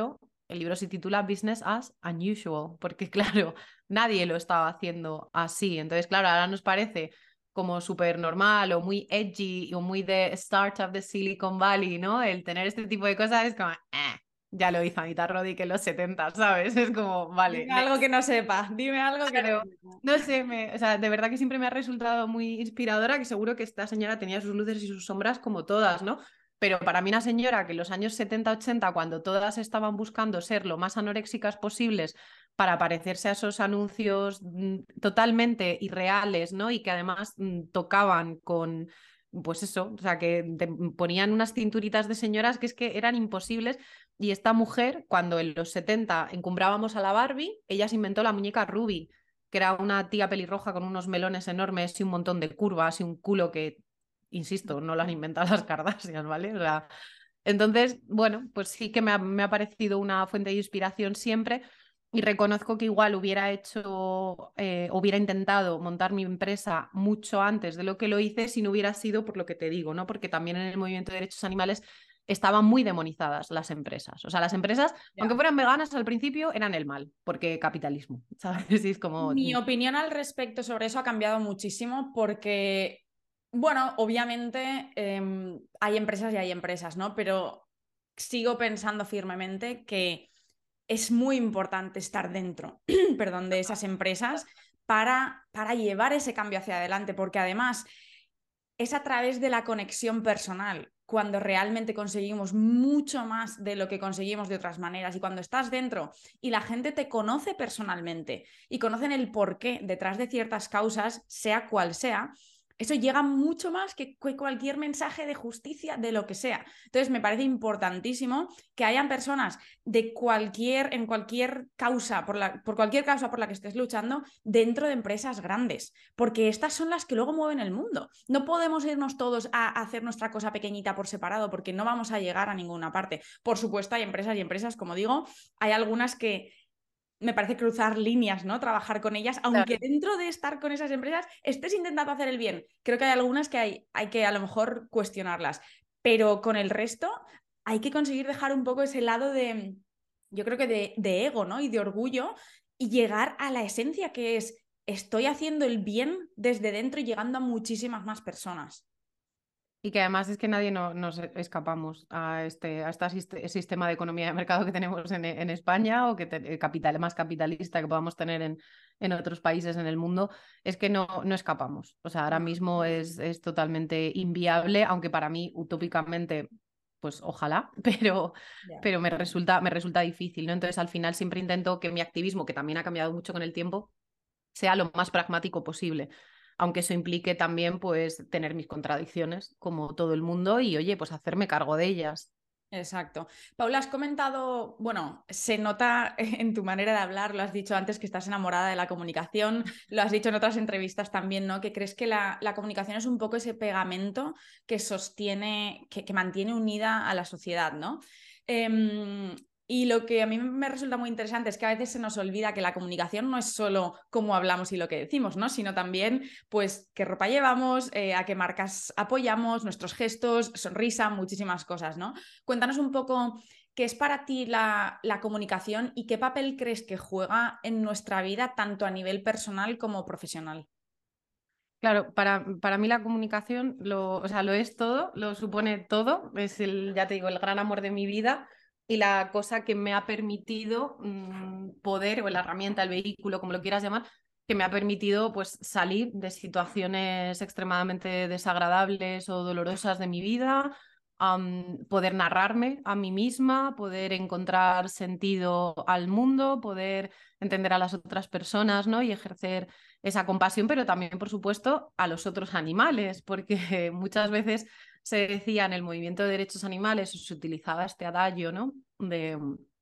el libro se titula Business as Unusual, porque claro, nadie lo estaba haciendo así. Entonces, claro, ahora nos parece como súper normal o muy edgy o muy de startup de Silicon Valley, ¿no? El tener este tipo de cosas es como, ya lo hizo Anita Roddick en los 70, ¿sabes? Es como, vale, dime algo que no sepa, dime algo que no claro. sepa. No sé, o sea, de verdad que siempre me ha resultado muy inspiradora, que seguro que esta señora tenía sus luces y sus sombras como todas, ¿no? Pero para mí una señora que en los años 70-80, cuando todas estaban buscando ser lo más anoréxicas posibles para parecerse a esos anuncios totalmente irreales, ¿no? Y que además tocaban pues eso, o sea, que te ponían unas cinturitas de señoras que es que eran imposibles. Y esta mujer, cuando en los 70 encumbrábamos a la Barbie, ella se inventó la muñeca Ruby, que era una tía pelirroja con unos melones enormes y un montón de curvas y un culo que, insisto, no lo han inventado las Kardashian, ¿vale? O sea, entonces, bueno, pues sí que me ha parecido una fuente de inspiración siempre. Y reconozco que igual hubiera intentado montar mi empresa mucho antes de lo que lo hice si no hubiera sido por lo que te digo, ¿no? Porque también en el movimiento de derechos animales estaban muy demonizadas las empresas. O sea, las empresas, aunque Ya. fueran veganas al principio, eran el mal, porque capitalismo, ¿sabes? Y es como... Mi opinión al respecto sobre eso ha cambiado muchísimo porque, bueno, obviamente hay empresas y hay empresas, ¿no? Pero sigo pensando firmemente que es muy importante estar dentro, perdón, de esas empresas para llevar ese cambio hacia adelante, porque además es a través de la conexión personal cuando realmente conseguimos mucho más de lo que conseguimos de otras maneras. Y cuando estás dentro y la gente te conoce personalmente y conocen el porqué detrás de ciertas causas, sea cual sea, eso llega mucho más que cualquier mensaje de justicia, de lo que sea. Entonces, me parece importantísimo que hayan personas en cualquier causa, por cualquier causa por la que estés luchando, dentro de empresas grandes, porque estas son las que luego mueven el mundo. No podemos irnos todos a hacer nuestra cosa pequeñita por separado, porque no vamos a llegar a ninguna parte. Por supuesto, hay empresas y empresas, como digo, hay algunas que me parece cruzar líneas, ¿no? Trabajar con ellas, aunque Claro. dentro de estar con esas empresas estés intentando hacer el bien. Creo que hay algunas que hay que a lo mejor cuestionarlas, pero con el resto hay que conseguir dejar un poco ese lado de, yo creo que de ego, ¿no? Y de orgullo y llegar a la esencia que es, estoy haciendo el bien desde dentro y llegando a muchísimas más personas. Y que además es que nadie nos escapamos a sistema de economía de mercado que tenemos en España o que más capitalista que podamos tener en otros países en el mundo. Es que no escapamos. O sea, ahora No. mismo es totalmente inviable, aunque para mí utópicamente, pues ojalá, Ya. pero me resulta difícil, ¿no? Entonces al final siempre intento que mi activismo, que también ha cambiado mucho con el tiempo, sea lo más pragmático posible, aunque eso implique también pues tener mis contradicciones como todo el mundo y oye, pues hacerme cargo de ellas. Exacto. Paula, has comentado, bueno, se nota en tu manera de hablar, lo has dicho antes que estás enamorada de la comunicación, lo has dicho en otras entrevistas también, ¿no? Que crees que la comunicación es un poco ese pegamento que sostiene, que mantiene unida a la sociedad, ¿no? Em, y lo que a mí me resulta muy interesante es que a veces se nos olvida que la comunicación no es solo cómo hablamos y lo que decimos, ¿no? Sino también, pues, qué ropa llevamos, a qué marcas apoyamos, nuestros gestos, sonrisa, muchísimas cosas, ¿no? Cuéntanos un poco qué es para ti la comunicación y qué papel crees que juega en nuestra vida, tanto a nivel personal como profesional. Claro, para mí la comunicación o sea, lo es todo, lo supone todo, es ya te digo, el gran amor de mi vida y la cosa que me ha permitido poder, o la herramienta, el vehículo, como lo quieras llamar, que me ha permitido pues salir de situaciones extremadamente desagradables o dolorosas de mi vida, poder narrarme a mí misma, poder encontrar sentido al mundo, poder entender a las otras personas, ¿no? Y ejercer esa compasión, pero también, por supuesto, a los otros animales, porque muchas veces se decía en el movimiento de derechos animales, o se utilizaba este adagio, ¿no? De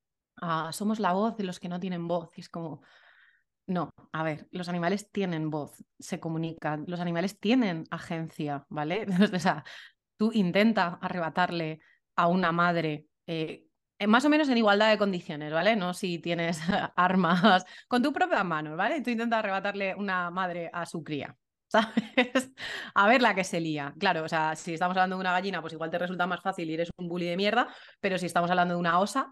somos la voz de los que no tienen voz. Y es como, no, a ver, los animales tienen voz, se comunican, los animales tienen agencia, ¿vale? O sea, tú intenta arrebatarle a una madre más o menos en igualdad de condiciones, ¿vale? No si tienes armas con tu propia mano, ¿vale? Tú intentas arrebatarle una madre a su cría, ¿sabes? A ver la que se lía. Claro, o sea, si estamos hablando de una gallina, pues igual te resulta más fácil y eres un bully de mierda, pero si estamos hablando de una osa,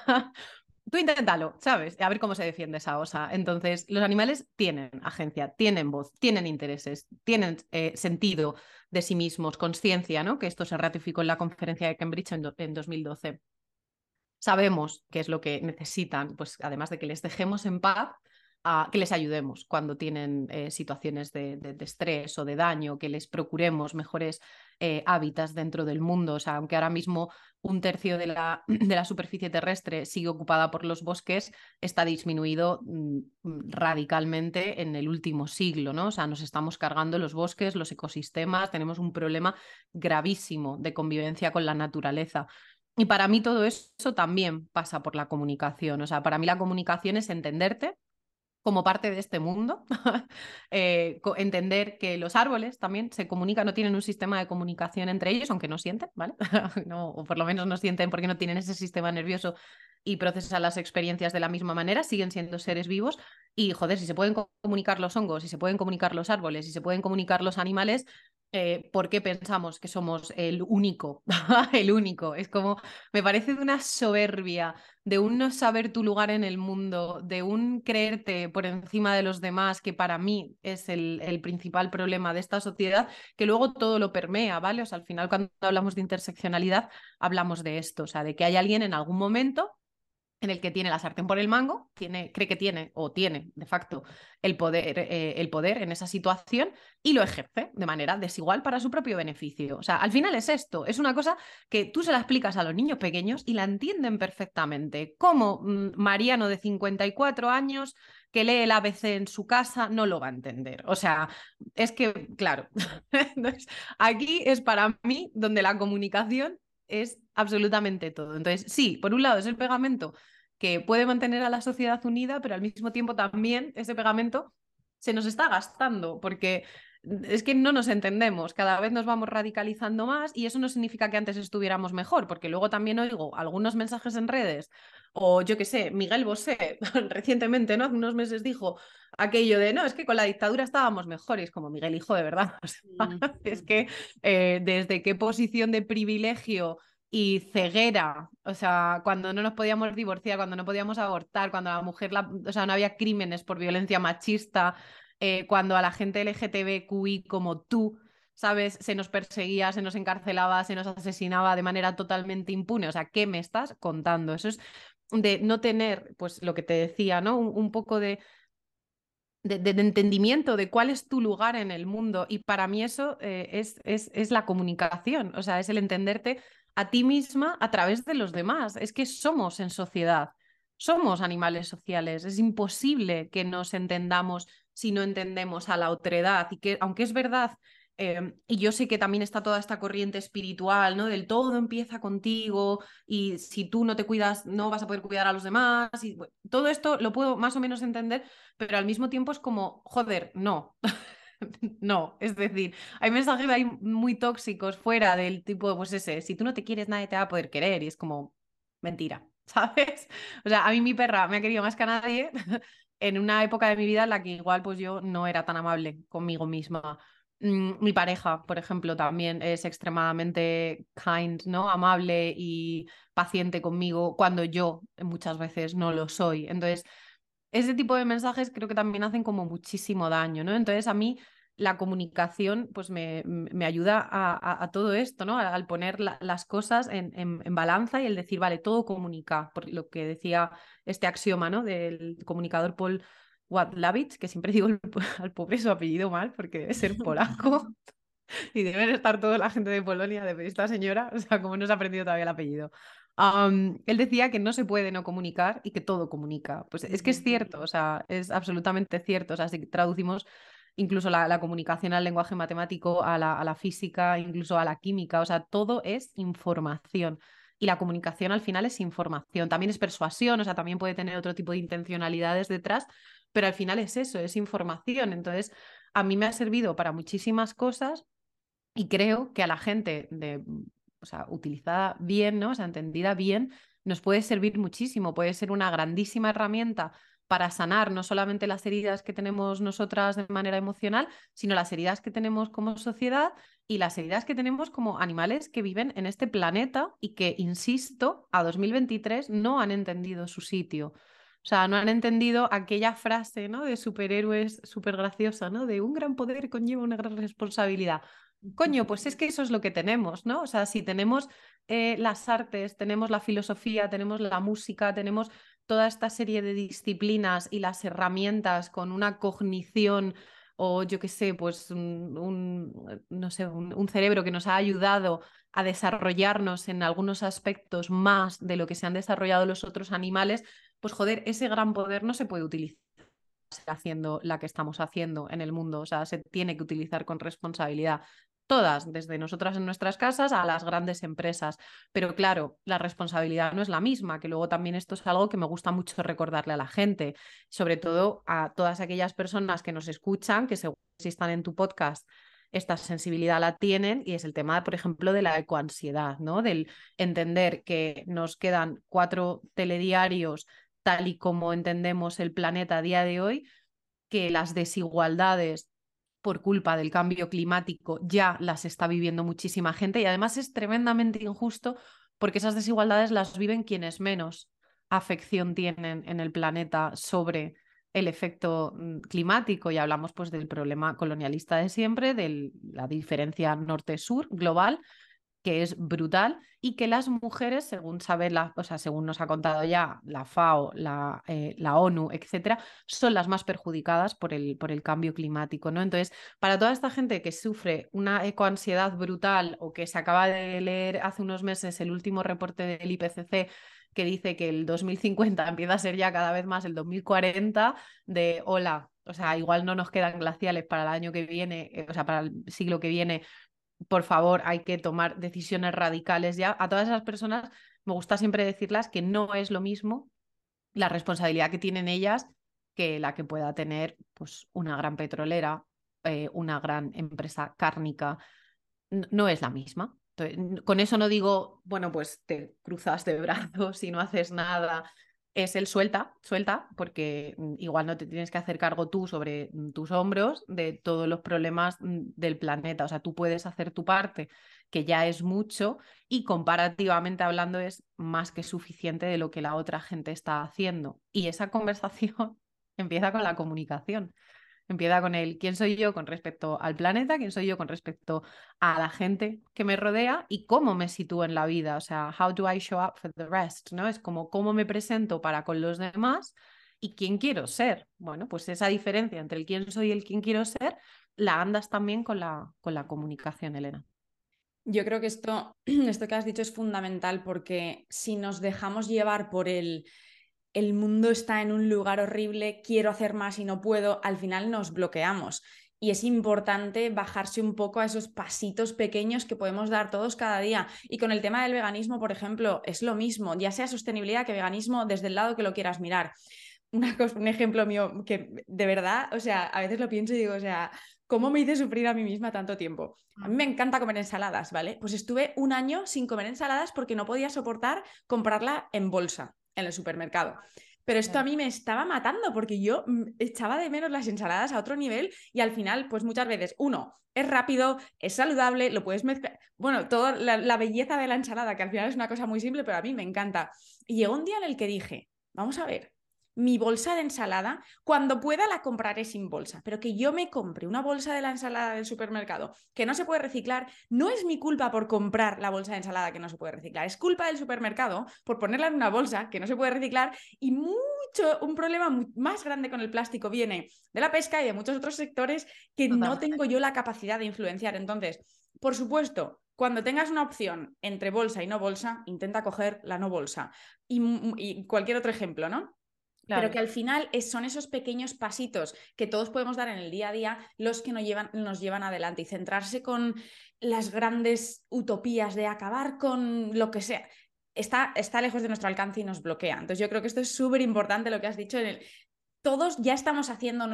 tú inténtalo, ¿sabes? A ver cómo se defiende esa osa. Entonces, los animales tienen agencia, tienen voz, tienen intereses, tienen sentido de sí mismos, conciencia, ¿no? Que esto se ratificó en la conferencia de Cambridge en 2012. Sabemos qué es lo que necesitan, pues además de que les dejemos en paz, que les ayudemos cuando tienen situaciones de estrés o de daño, que les procuremos mejores hábitats dentro del mundo. O sea, aunque ahora mismo un tercio de la superficie terrestre sigue ocupada por los bosques, está disminuido radicalmente en el último siglo, ¿no? O sea, nos estamos cargando los bosques, los ecosistemas, tenemos un problema gravísimo de convivencia con la naturaleza. Y para mí todo eso también pasa por la comunicación. O sea, para mí la comunicación es entenderte como parte de este mundo, entender que los árboles también se comunican, no tienen un sistema de comunicación entre ellos, aunque no sienten, ¿vale? No, o por lo menos no sienten porque no tienen ese sistema nervioso y procesan las experiencias de la misma manera, siguen siendo seres vivos y, joder, si se pueden comunicar los hongos, si se pueden comunicar los árboles, si se pueden comunicar los animales, ¿por qué pensamos que somos el único? El único. Es como, me parece de una soberbia, de un no saber tu lugar en el mundo, de un creerte por encima de los demás, que para mí es el principal problema de esta sociedad, que luego todo lo permea, ¿vale? O sea, al final cuando hablamos de interseccionalidad, hablamos de esto, o sea, de que hay alguien en algún momento en el que tiene la sartén por el mango, cree que tiene o tiene de facto el poder en esa situación y lo ejerce de manera desigual para su propio beneficio. O sea, al final es esto, es una cosa que tú se la explicas a los niños pequeños y la entienden perfectamente. Como Mariano de 54 años que lee el ABC en su casa no lo va a entender. O sea, es que, claro, entonces, aquí es para mí donde la comunicación es absolutamente todo. Entonces, sí, por un lado es el pegamento que puede mantener a la sociedad unida, pero al mismo tiempo también ese pegamento se nos está gastando, porque es que no nos entendemos, cada vez nos vamos radicalizando más y eso no significa que antes estuviéramos mejor, porque luego también oigo algunos mensajes en redes, o yo qué sé, Miguel Bosé recientemente, ¿no? Hace unos meses dijo aquello de, no, es que con la dictadura estábamos mejores, como Miguel, hijo, de verdad. O sea, es que desde qué posición de privilegio y ceguera, o sea, cuando no nos podíamos divorciar, cuando no podíamos abortar, cuando a la mujer, o sea, no había crímenes por violencia machista, cuando a la gente LGTBQI como tú, ¿sabes? Se nos perseguía, se nos encarcelaba, se nos asesinaba de manera totalmente impune. O sea, ¿qué me estás contando? Eso es de no tener, pues lo que te decía, ¿no? Un poco de entendimiento de cuál es tu lugar en el mundo. Y para mí eso es la comunicación, o sea, es el entenderte a ti misma a través de los demás. Es que somos en sociedad, somos animales sociales. Es imposible que nos entendamos si no entendemos a la otredad. Y que, aunque es verdad, y yo sé que también está toda esta corriente espiritual, ¿no? Del todo empieza contigo y si tú no te cuidas, no vas a poder cuidar a los demás. Y, bueno, todo esto lo puedo más o menos entender, pero al mismo tiempo es como, joder, no. No, es decir, hay mensajes ahí muy tóxicos fuera del tipo, pues ese, si tú no te quieres, nadie te va a poder querer, y es como, mentira, ¿sabes? O sea, a mí mi perra me ha querido más que a nadie en una época de mi vida en la que igual pues yo no era tan amable conmigo misma. Mi pareja, por ejemplo, también es extremadamente kind, ¿no? Amable y paciente conmigo cuando yo muchas veces no lo soy. Entonces, ese tipo de mensajes creo que también hacen como muchísimo daño, ¿no? Entonces a mí la comunicación pues me ayuda a todo esto, ¿no? Al poner las cosas en balanza y el decir, vale, todo comunica, por lo que decía este axioma, ¿no? Del comunicador Paul Watzlawick, que siempre digo al pobre su apellido mal porque debe ser polaco y deben estar toda la gente de Polonia de esta señora, o sea, como no se ha aprendido todavía el apellido. Él decía que no se puede no comunicar y que todo comunica. Pues es que es cierto, o sea, es absolutamente cierto. O sea, si traducimos incluso la comunicación al lenguaje matemático, a la física, incluso a la química, o sea, todo es información. Y la comunicación al final es información. También es persuasión, o sea, también puede tener otro tipo de intencionalidades detrás, pero al final es eso, es información. Entonces, a mí me ha servido para muchísimas cosas y creo que a la gente o sea, utilizada bien, ¿no? O sea, entendida bien, nos puede servir muchísimo, puede ser una grandísima herramienta para sanar no solamente las heridas que tenemos nosotras de manera emocional, sino las heridas que tenemos como sociedad y las heridas que tenemos como animales que viven en este planeta y que, insisto, a 2023 no han entendido su sitio. O sea, no han entendido aquella frase, ¿no? De superhéroes súper graciosa, ¿no? De un gran poder conlleva una gran responsabilidad. Coño, pues es que eso es lo que tenemos, ¿no? O sea, si tenemos las artes, tenemos la filosofía, tenemos la música, tenemos toda esta serie de disciplinas y las herramientas con una cognición o yo qué sé, pues no sé, un cerebro que nos ha ayudado a desarrollarnos en algunos aspectos más de lo que se han desarrollado los otros animales, pues joder, ese gran poder no se puede utilizar haciendo la que estamos haciendo en el mundo, o sea, se tiene que utilizar con responsabilidad. Todas, desde nosotras en nuestras casas a las grandes empresas. Pero claro, la responsabilidad no es la misma, que luego también esto es algo que me gusta mucho recordarle a la gente, sobre todo a todas aquellas personas que nos escuchan, que seguro que si están en tu podcast esta sensibilidad la tienen, y es el tema, por ejemplo, de la ecoansiedad, ¿no? Del entender que nos quedan 4 telediarios tal y como entendemos el planeta a día de hoy, que las desigualdades por culpa del cambio climático ya las está viviendo muchísima gente y además es tremendamente injusto porque esas desigualdades las viven quienes menos afección tienen en el planeta sobre el efecto climático y hablamos pues del problema colonialista de siempre, de la diferencia norte-sur global que es brutal y que las mujeres, según sabe o sea, según nos ha contado ya la FAO, la ONU, etcétera, son las más perjudicadas por el cambio climático, ¿no? Entonces, para toda esta gente que sufre una ecoansiedad brutal o que se acaba de leer hace unos meses el último reporte del IPCC que dice que el 2050 empieza a ser ya cada vez más el 2040, de hola, o sea, igual no nos quedan glaciales para el año que viene, o sea, para el siglo que viene, por favor, hay que tomar decisiones radicales ya. A todas esas personas me gusta siempre decirlas que no es lo mismo la responsabilidad que tienen ellas que la que pueda tener pues, una gran petrolera, una gran empresa cárnica. No es la misma. Entonces, con eso no digo, bueno, pues te cruzas de brazos y no haces nada. Es el suelta, suelta, porque igual no te tienes que hacer cargo tú sobre tus hombros de todos los problemas del planeta. O sea, tú puedes hacer tu parte, que ya es mucho, y comparativamente hablando es más que suficiente de lo que la otra gente está haciendo. Y esa conversación empieza con la comunicación. Empieza con el quién soy yo con respecto al planeta, quién soy yo con respecto a la gente que me rodea y cómo me sitúo en la vida. O sea, how do I show up for the rest, ¿no? Es como cómo me presento para con los demás y quién quiero ser. Bueno, pues esa diferencia entre el quién soy y el quién quiero ser la andas también con la comunicación, Elena. Yo creo que esto que has dicho es fundamental porque si nos dejamos llevar por el mundo está en un lugar horrible, quiero hacer más y no puedo, al final nos bloqueamos. Y es importante bajarse un poco a esos pasitos pequeños que podemos dar todos cada día. Y con el tema del veganismo, por ejemplo, es lo mismo, ya sea sostenibilidad que veganismo, desde el lado que lo quieras mirar. Un ejemplo mío que de verdad, o sea, a veces lo pienso y digo, o sea, ¿cómo me hice sufrir a mí misma tanto tiempo? A mí me encanta comer ensaladas, ¿vale? Pues estuve un año sin comer ensaladas porque no podía soportar comprarla en bolsa en el supermercado. Pero esto a mí me estaba matando porque yo echaba de menos las ensaladas a otro nivel y al final, pues muchas veces, uno, es rápido, es saludable, lo puedes mezclar. Bueno, toda la belleza de la ensalada, que al final es una cosa muy simple, pero a mí me encanta. Y llegó un día en el que dije, vamos a ver, mi bolsa de ensalada, cuando pueda la compraré sin bolsa, pero que yo me compre una bolsa de la ensalada del supermercado que no se puede reciclar, no es mi culpa por comprar la bolsa de ensalada que no se puede reciclar, es culpa del supermercado por ponerla en una bolsa que no se puede reciclar y un problema más grande con el plástico viene de la pesca y de muchos otros sectores que no tengo yo la capacidad de influenciar. Entonces, por supuesto, cuando tengas una opción entre bolsa y no bolsa, intenta coger la no bolsa. Y cualquier otro ejemplo, ¿no? Claro. Pero que al final son esos pequeños pasitos que todos podemos dar en el día a día los que nos llevan adelante y centrarse con las grandes utopías de acabar con lo que sea. Está lejos de nuestro alcance y nos bloquea. Entonces yo creo que esto es súper importante lo que has dicho. Todos ya estamos haciendo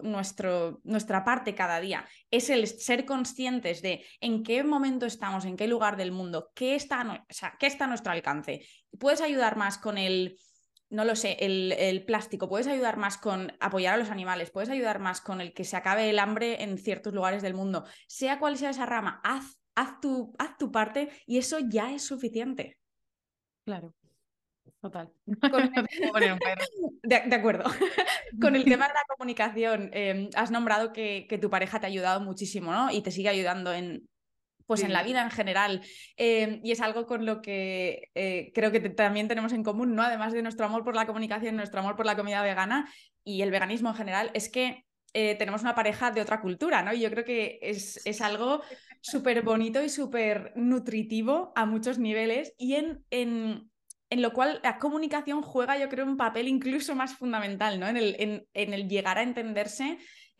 nuestra parte cada día. Es el ser conscientes de en qué momento estamos, en qué lugar del mundo, qué está a nuestro alcance. Puedes ayudar más con no lo sé, el plástico, puedes ayudar más con apoyar a los animales, puedes ayudar más con el que se acabe el hambre en ciertos lugares del mundo. Sea cual sea esa rama, haz tu parte y eso ya es suficiente. Claro, total. Con No te puedo poner un pero. de acuerdo. Con el tema de la comunicación, has nombrado que tu pareja te ha ayudado muchísimo, ¿no? Y te sigue ayudando pues en la Sí. vida en general. Y es algo con lo que creo que también tenemos en común, ¿no? Además de nuestro amor por la comunicación, nuestro amor por la comida vegana y el veganismo en general, es que tenemos una pareja de otra cultura, ¿no? Y yo creo que es algo súper bonito y súper nutritivo a muchos niveles y en lo cual la comunicación juega, yo creo, un papel incluso más fundamental, ¿no? En el llegar a entenderse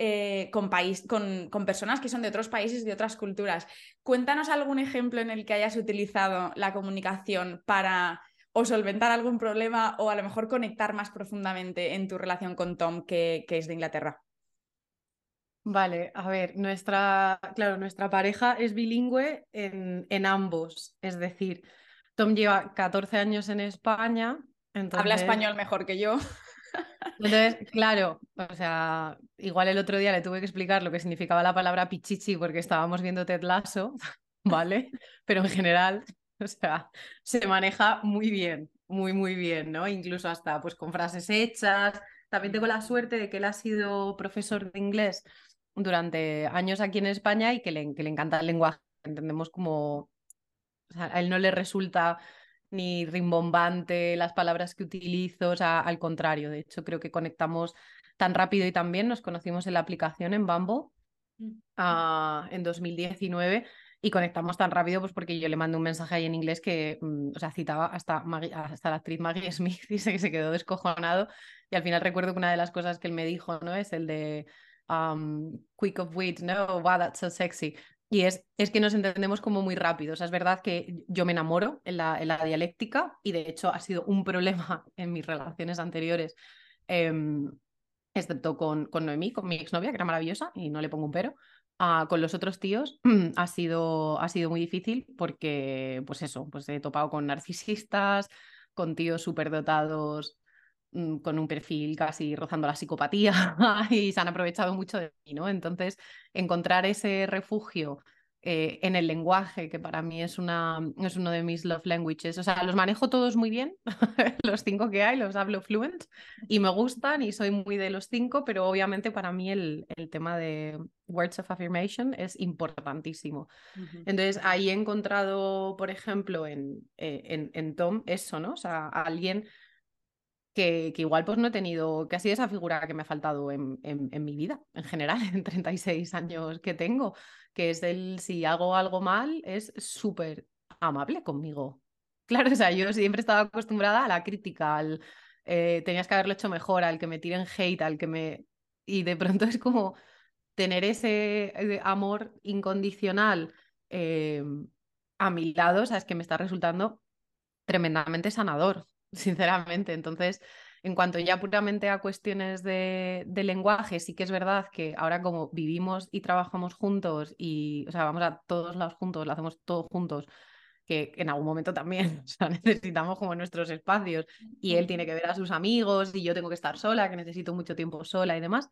con personas que son de otros países, de otras culturas. Cuéntanos algún ejemplo en el que hayas utilizado la comunicación para o solventar algún problema o a lo mejor conectar más profundamente en tu relación con Tom, que es de Inglaterra. Vale, a ver, claro, nuestra pareja es bilingüe en ambos. Es decir, Tom lleva 14 años en España, Habla entonces español mejor que yo. Entonces, claro, o sea, igual el otro día le tuve que explicar lo que significaba la palabra pichichi porque estábamos viendo Ted Lasso, ¿vale? Pero en general, o sea, se maneja muy bien, muy, muy bien, ¿no? Incluso hasta pues con frases hechas. También tengo la suerte de que él ha sido profesor de inglés durante años aquí en España y que le encanta el lenguaje. Entendemos como, o sea, a él no le resulta ni rimbombante las palabras que utilizo, o sea, al contrario, de hecho creo que conectamos tan rápido y tan bien, nos conocimos en la aplicación en Bumble en 2019 y conectamos tan rápido pues porque yo le mandé un mensaje ahí en inglés que, o sea, citaba hasta la actriz Maggie Smith y se quedó descojonado y al final recuerdo que una de las cosas que él me dijo, ¿no? Es el de quick of wit, ¿no? Wow, that's so sexy. Y es que nos entendemos como muy rápido. O sea, es verdad que yo me enamoro en la dialéctica y de hecho ha sido un problema en mis relaciones anteriores, excepto con Noemí, con mi exnovia, que era maravillosa y no le pongo un pero. Con los otros tíos ha sido muy difícil porque, pues eso, pues he topado con narcisistas, con tíos superdotados, con un perfil casi rozando la psicopatía y se han aprovechado mucho de mí, ¿no? Entonces, encontrar ese refugio en el lenguaje, que para mí es uno de mis love languages, o sea, los manejo todos muy bien, los 5 que hay, los hablo fluent y me gustan y soy muy de los 5, pero obviamente para mí el tema de words of affirmation es importantísimo. Ujú. Entonces ahí he encontrado, por ejemplo, en Tom eso, ¿no? O sea, alguien que igual pues no he tenido, que ha sido esa figura que me ha faltado en mi vida, en general, en 36 años que tengo, que es el, si hago algo mal, es súper amable conmigo. Claro, o sea, yo siempre estaba acostumbrada a la crítica, tenías que haberlo hecho mejor, al que me tiren hate, al que me... Y de pronto es como tener ese amor incondicional eh, a mi lado, o sea, es que me está resultando tremendamente sanador, sinceramente. Entonces, en cuanto ya puramente a cuestiones de lenguaje, sí que es verdad que ahora como vivimos y trabajamos juntos y, o sea, vamos a todos lados juntos, lo hacemos todos juntos, que en algún momento también, o sea, necesitamos como nuestros espacios y él tiene que ver a sus amigos y yo tengo que estar sola, que necesito mucho tiempo sola y demás.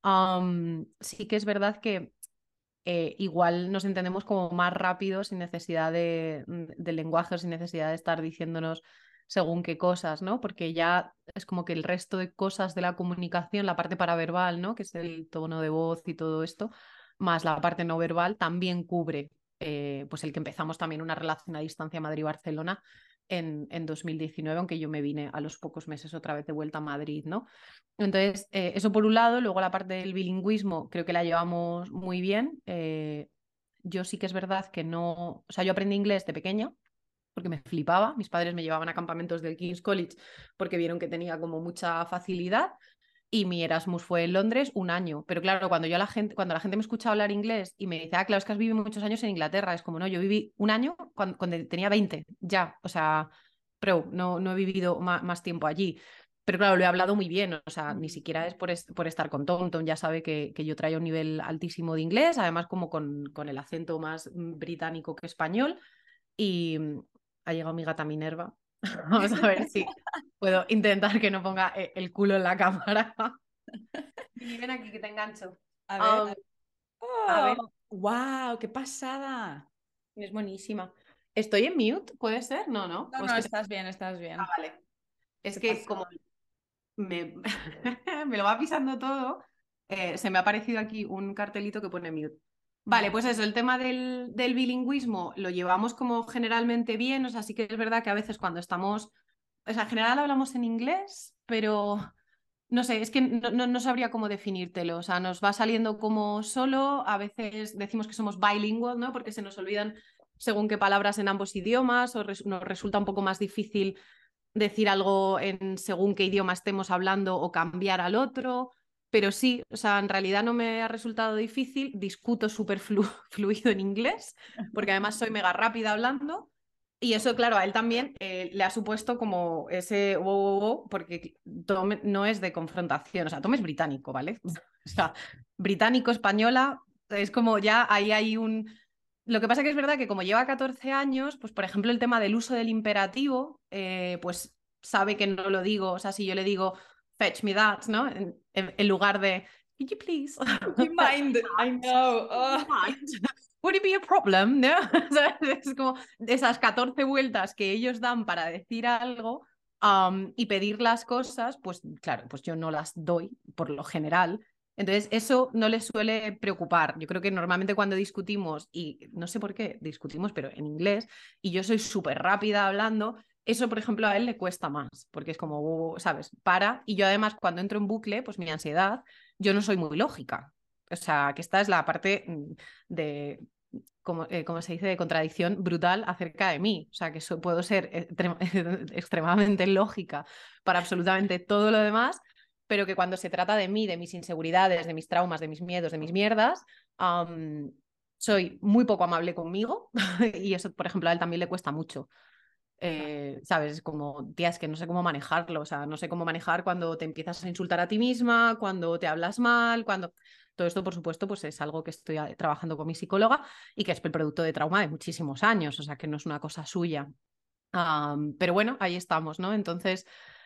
Sí que es verdad que igual nos entendemos como más rápido sin necesidad de lenguaje o sin necesidad de estar diciéndonos según qué cosas, ¿no? Porque ya es como que el resto de cosas de la comunicación, la parte paraverbal, ¿no? Que es el tono de voz y todo esto, más la parte no verbal, también cubre, pues el que empezamos también una relación a distancia Madrid-Barcelona en 2019, aunque yo me vine a los pocos meses otra vez de vuelta a Madrid, ¿no? Entonces, eso por un lado, luego la parte del bilingüismo creo que la llevamos muy bien. Yo sí que es verdad que no, o sea, yo aprendí inglés de pequeña porque me flipaba, mis padres me llevaban a campamentos del King's College porque vieron que tenía como mucha facilidad y mi Erasmus fue en Londres un año, pero claro, cuando la gente me escucha hablar inglés y me dice, ah, claro, es que has vivido muchos años en Inglaterra, es como, no, yo viví un año cuando tenía 20, ya, o sea, no he vivido más tiempo allí. Pero claro, lo he hablado muy bien, o sea, ni siquiera es por estar con Tom. Tom ya sabe que yo traigo un nivel altísimo de inglés, además como con el acento más británico que español. Y ha llegado mi gata Minerva. Vamos a ver si puedo intentar que no ponga el culo en la cámara. Vini, ven aquí que te engancho. A ver. Um, a ¡Oh! ver, ¡Wow! ¡Qué pasada! es buenísima. ¿Estoy en mute? ¿Puede ser? No, ¿no? No, ¿O es no, que estás bien, estás Ah, bien. vale. Es ¿Qué que pasa? como me, me lo va pisando todo, se me ha aparecido aquí un cartelito que pone mute. Vale, pues eso, el tema del bilingüismo lo llevamos como generalmente bien, o sea, sí que es verdad que a veces cuando estamos, o sea, en general hablamos en inglés, pero no sé, es que no sabría cómo definírtelo, o sea, nos va saliendo como solo, a veces decimos que somos bilingual, ¿no? Porque se nos olvidan según qué palabras en ambos idiomas o nos resulta un poco más difícil decir algo en según qué idioma estemos hablando o cambiar al otro. Pero sí, o sea, en realidad no me ha resultado difícil, discuto súper fluido en inglés, porque además soy mega rápida hablando. Y eso, claro, a él también le ha supuesto como ese wow, wow, wow, porque Tom no es de confrontación, o sea, Tom es británico, ¿vale? O sea, británico, española, es como ya ahí hay un... Lo que pasa que es verdad que como lleva 14 años, pues por ejemplo el tema del uso del imperativo, pues sabe que no lo digo, o sea, si yo le digo fetch me that, ¿no? En lugar de could you please Would you mind? I know. would you Oh. mind? Would it be a problem? ¿No? O sea, es como esas 14 vueltas que ellos dan para decir algo y pedir las cosas, pues claro, pues yo no las doy por lo general. Entonces, eso no les suele preocupar. Yo creo que normalmente cuando discutimos, y no sé por qué discutimos, pero en inglés, y yo soy súper rápida hablando, eso, por ejemplo, a él le cuesta más, porque es como, ¿sabes? Para. Y yo además, cuando entro en bucle, pues mi ansiedad, yo no soy muy lógica. O sea, que esta es la parte de, como se dice, de contradicción brutal acerca de mí. O sea, que puedo ser extremadamente lógica para absolutamente todo lo demás, pero que cuando se trata de mí, de mis inseguridades, de mis traumas, de mis miedos, de mis mierdas, soy muy poco amable conmigo y eso, por ejemplo, a él también le cuesta mucho. ¿Sabes? Como, tía, es que no sé cómo manejarlo, o sea, no sé cómo manejar cuando te empiezas a insultar a ti misma, cuando te hablas mal, cuando... Todo esto, por supuesto, pues es algo que estoy trabajando con mi psicóloga y que es el producto de trauma de muchísimos años, o sea, que no es una cosa suya. Pero bueno, ahí estamos, ¿no? Entonces,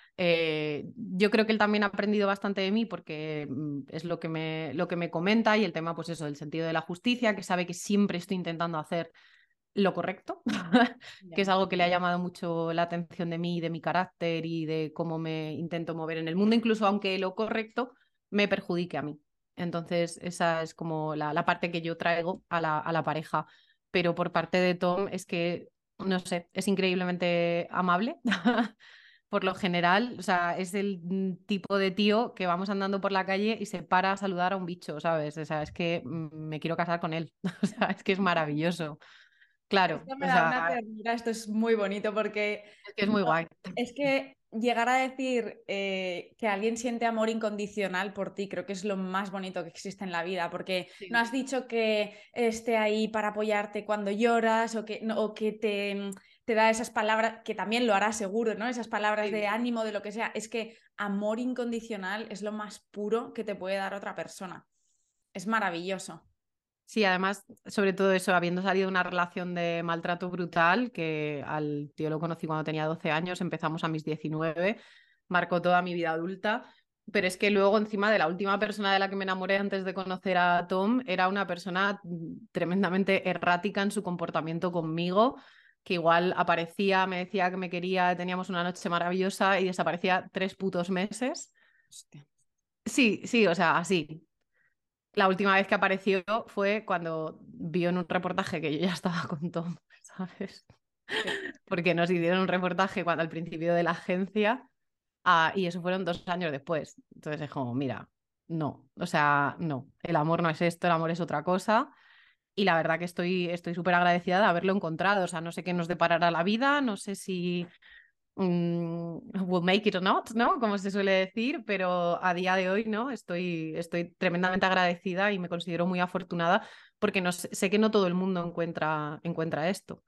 yo creo que él también ha aprendido bastante de mí porque es lo que me comenta y el tema, pues eso, el sentido de la justicia, que sabe que siempre estoy intentando hacer lo correcto, que es Ya. algo que le ha llamado mucho la atención de mí, de mi carácter y de cómo me intento mover en el mundo, incluso aunque lo correcto me perjudique a mí. Entonces, esa es como la parte que yo traigo a la pareja. Pero por parte de Tom es que, no sé, es increíblemente amable. Por lo general, o sea, es el tipo de tío que vamos andando por la calle y se para a saludar a un bicho, ¿sabes? O sea, es que me quiero casar con él. O sea, es que es maravilloso. Claro, Esto me o da una sea, ternura, esto es muy bonito porque es que es muy guay. es que llegar a decir que alguien siente amor incondicional por ti, creo que es lo más bonito que existe en la vida, porque no Sí. has dicho que esté ahí para apoyarte cuando lloras o que, o que te da esas palabras, que también lo hará seguro, ¿no? Esas palabras de Sí. ánimo, de lo que sea. Es que amor incondicional es lo más puro que te puede dar otra persona. Es maravilloso. Sí, además, sobre todo eso, habiendo salido de una relación de maltrato brutal, que al tío lo conocí cuando tenía 12 años, empezamos a mis 19, marcó toda mi vida adulta, pero es que luego encima de la última persona de la que me enamoré antes de conocer a Tom, era una persona tremendamente errática en su comportamiento conmigo, que igual aparecía, me decía que me quería, teníamos una noche maravillosa y desaparecía 3 putos meses. Hostia. Sí, sí, o sea, así. La última vez que apareció fue cuando vio en un reportaje que yo ya estaba con Tom, ¿sabes? Porque nos hicieron un reportaje cuando al principio de la agencia y eso fueron 2 años después. Entonces es como, mira, no, o sea, no, el amor no es esto, el amor es otra cosa. Y la verdad que estoy súper agradecida de haberlo encontrado. O sea, no sé qué nos deparará la vida, no sé si will make it or not, ¿no? Como se suele decir, pero a día de hoy, ¿no? Estoy tremendamente agradecida y me considero muy afortunada porque no sé que no todo el mundo encuentra esto.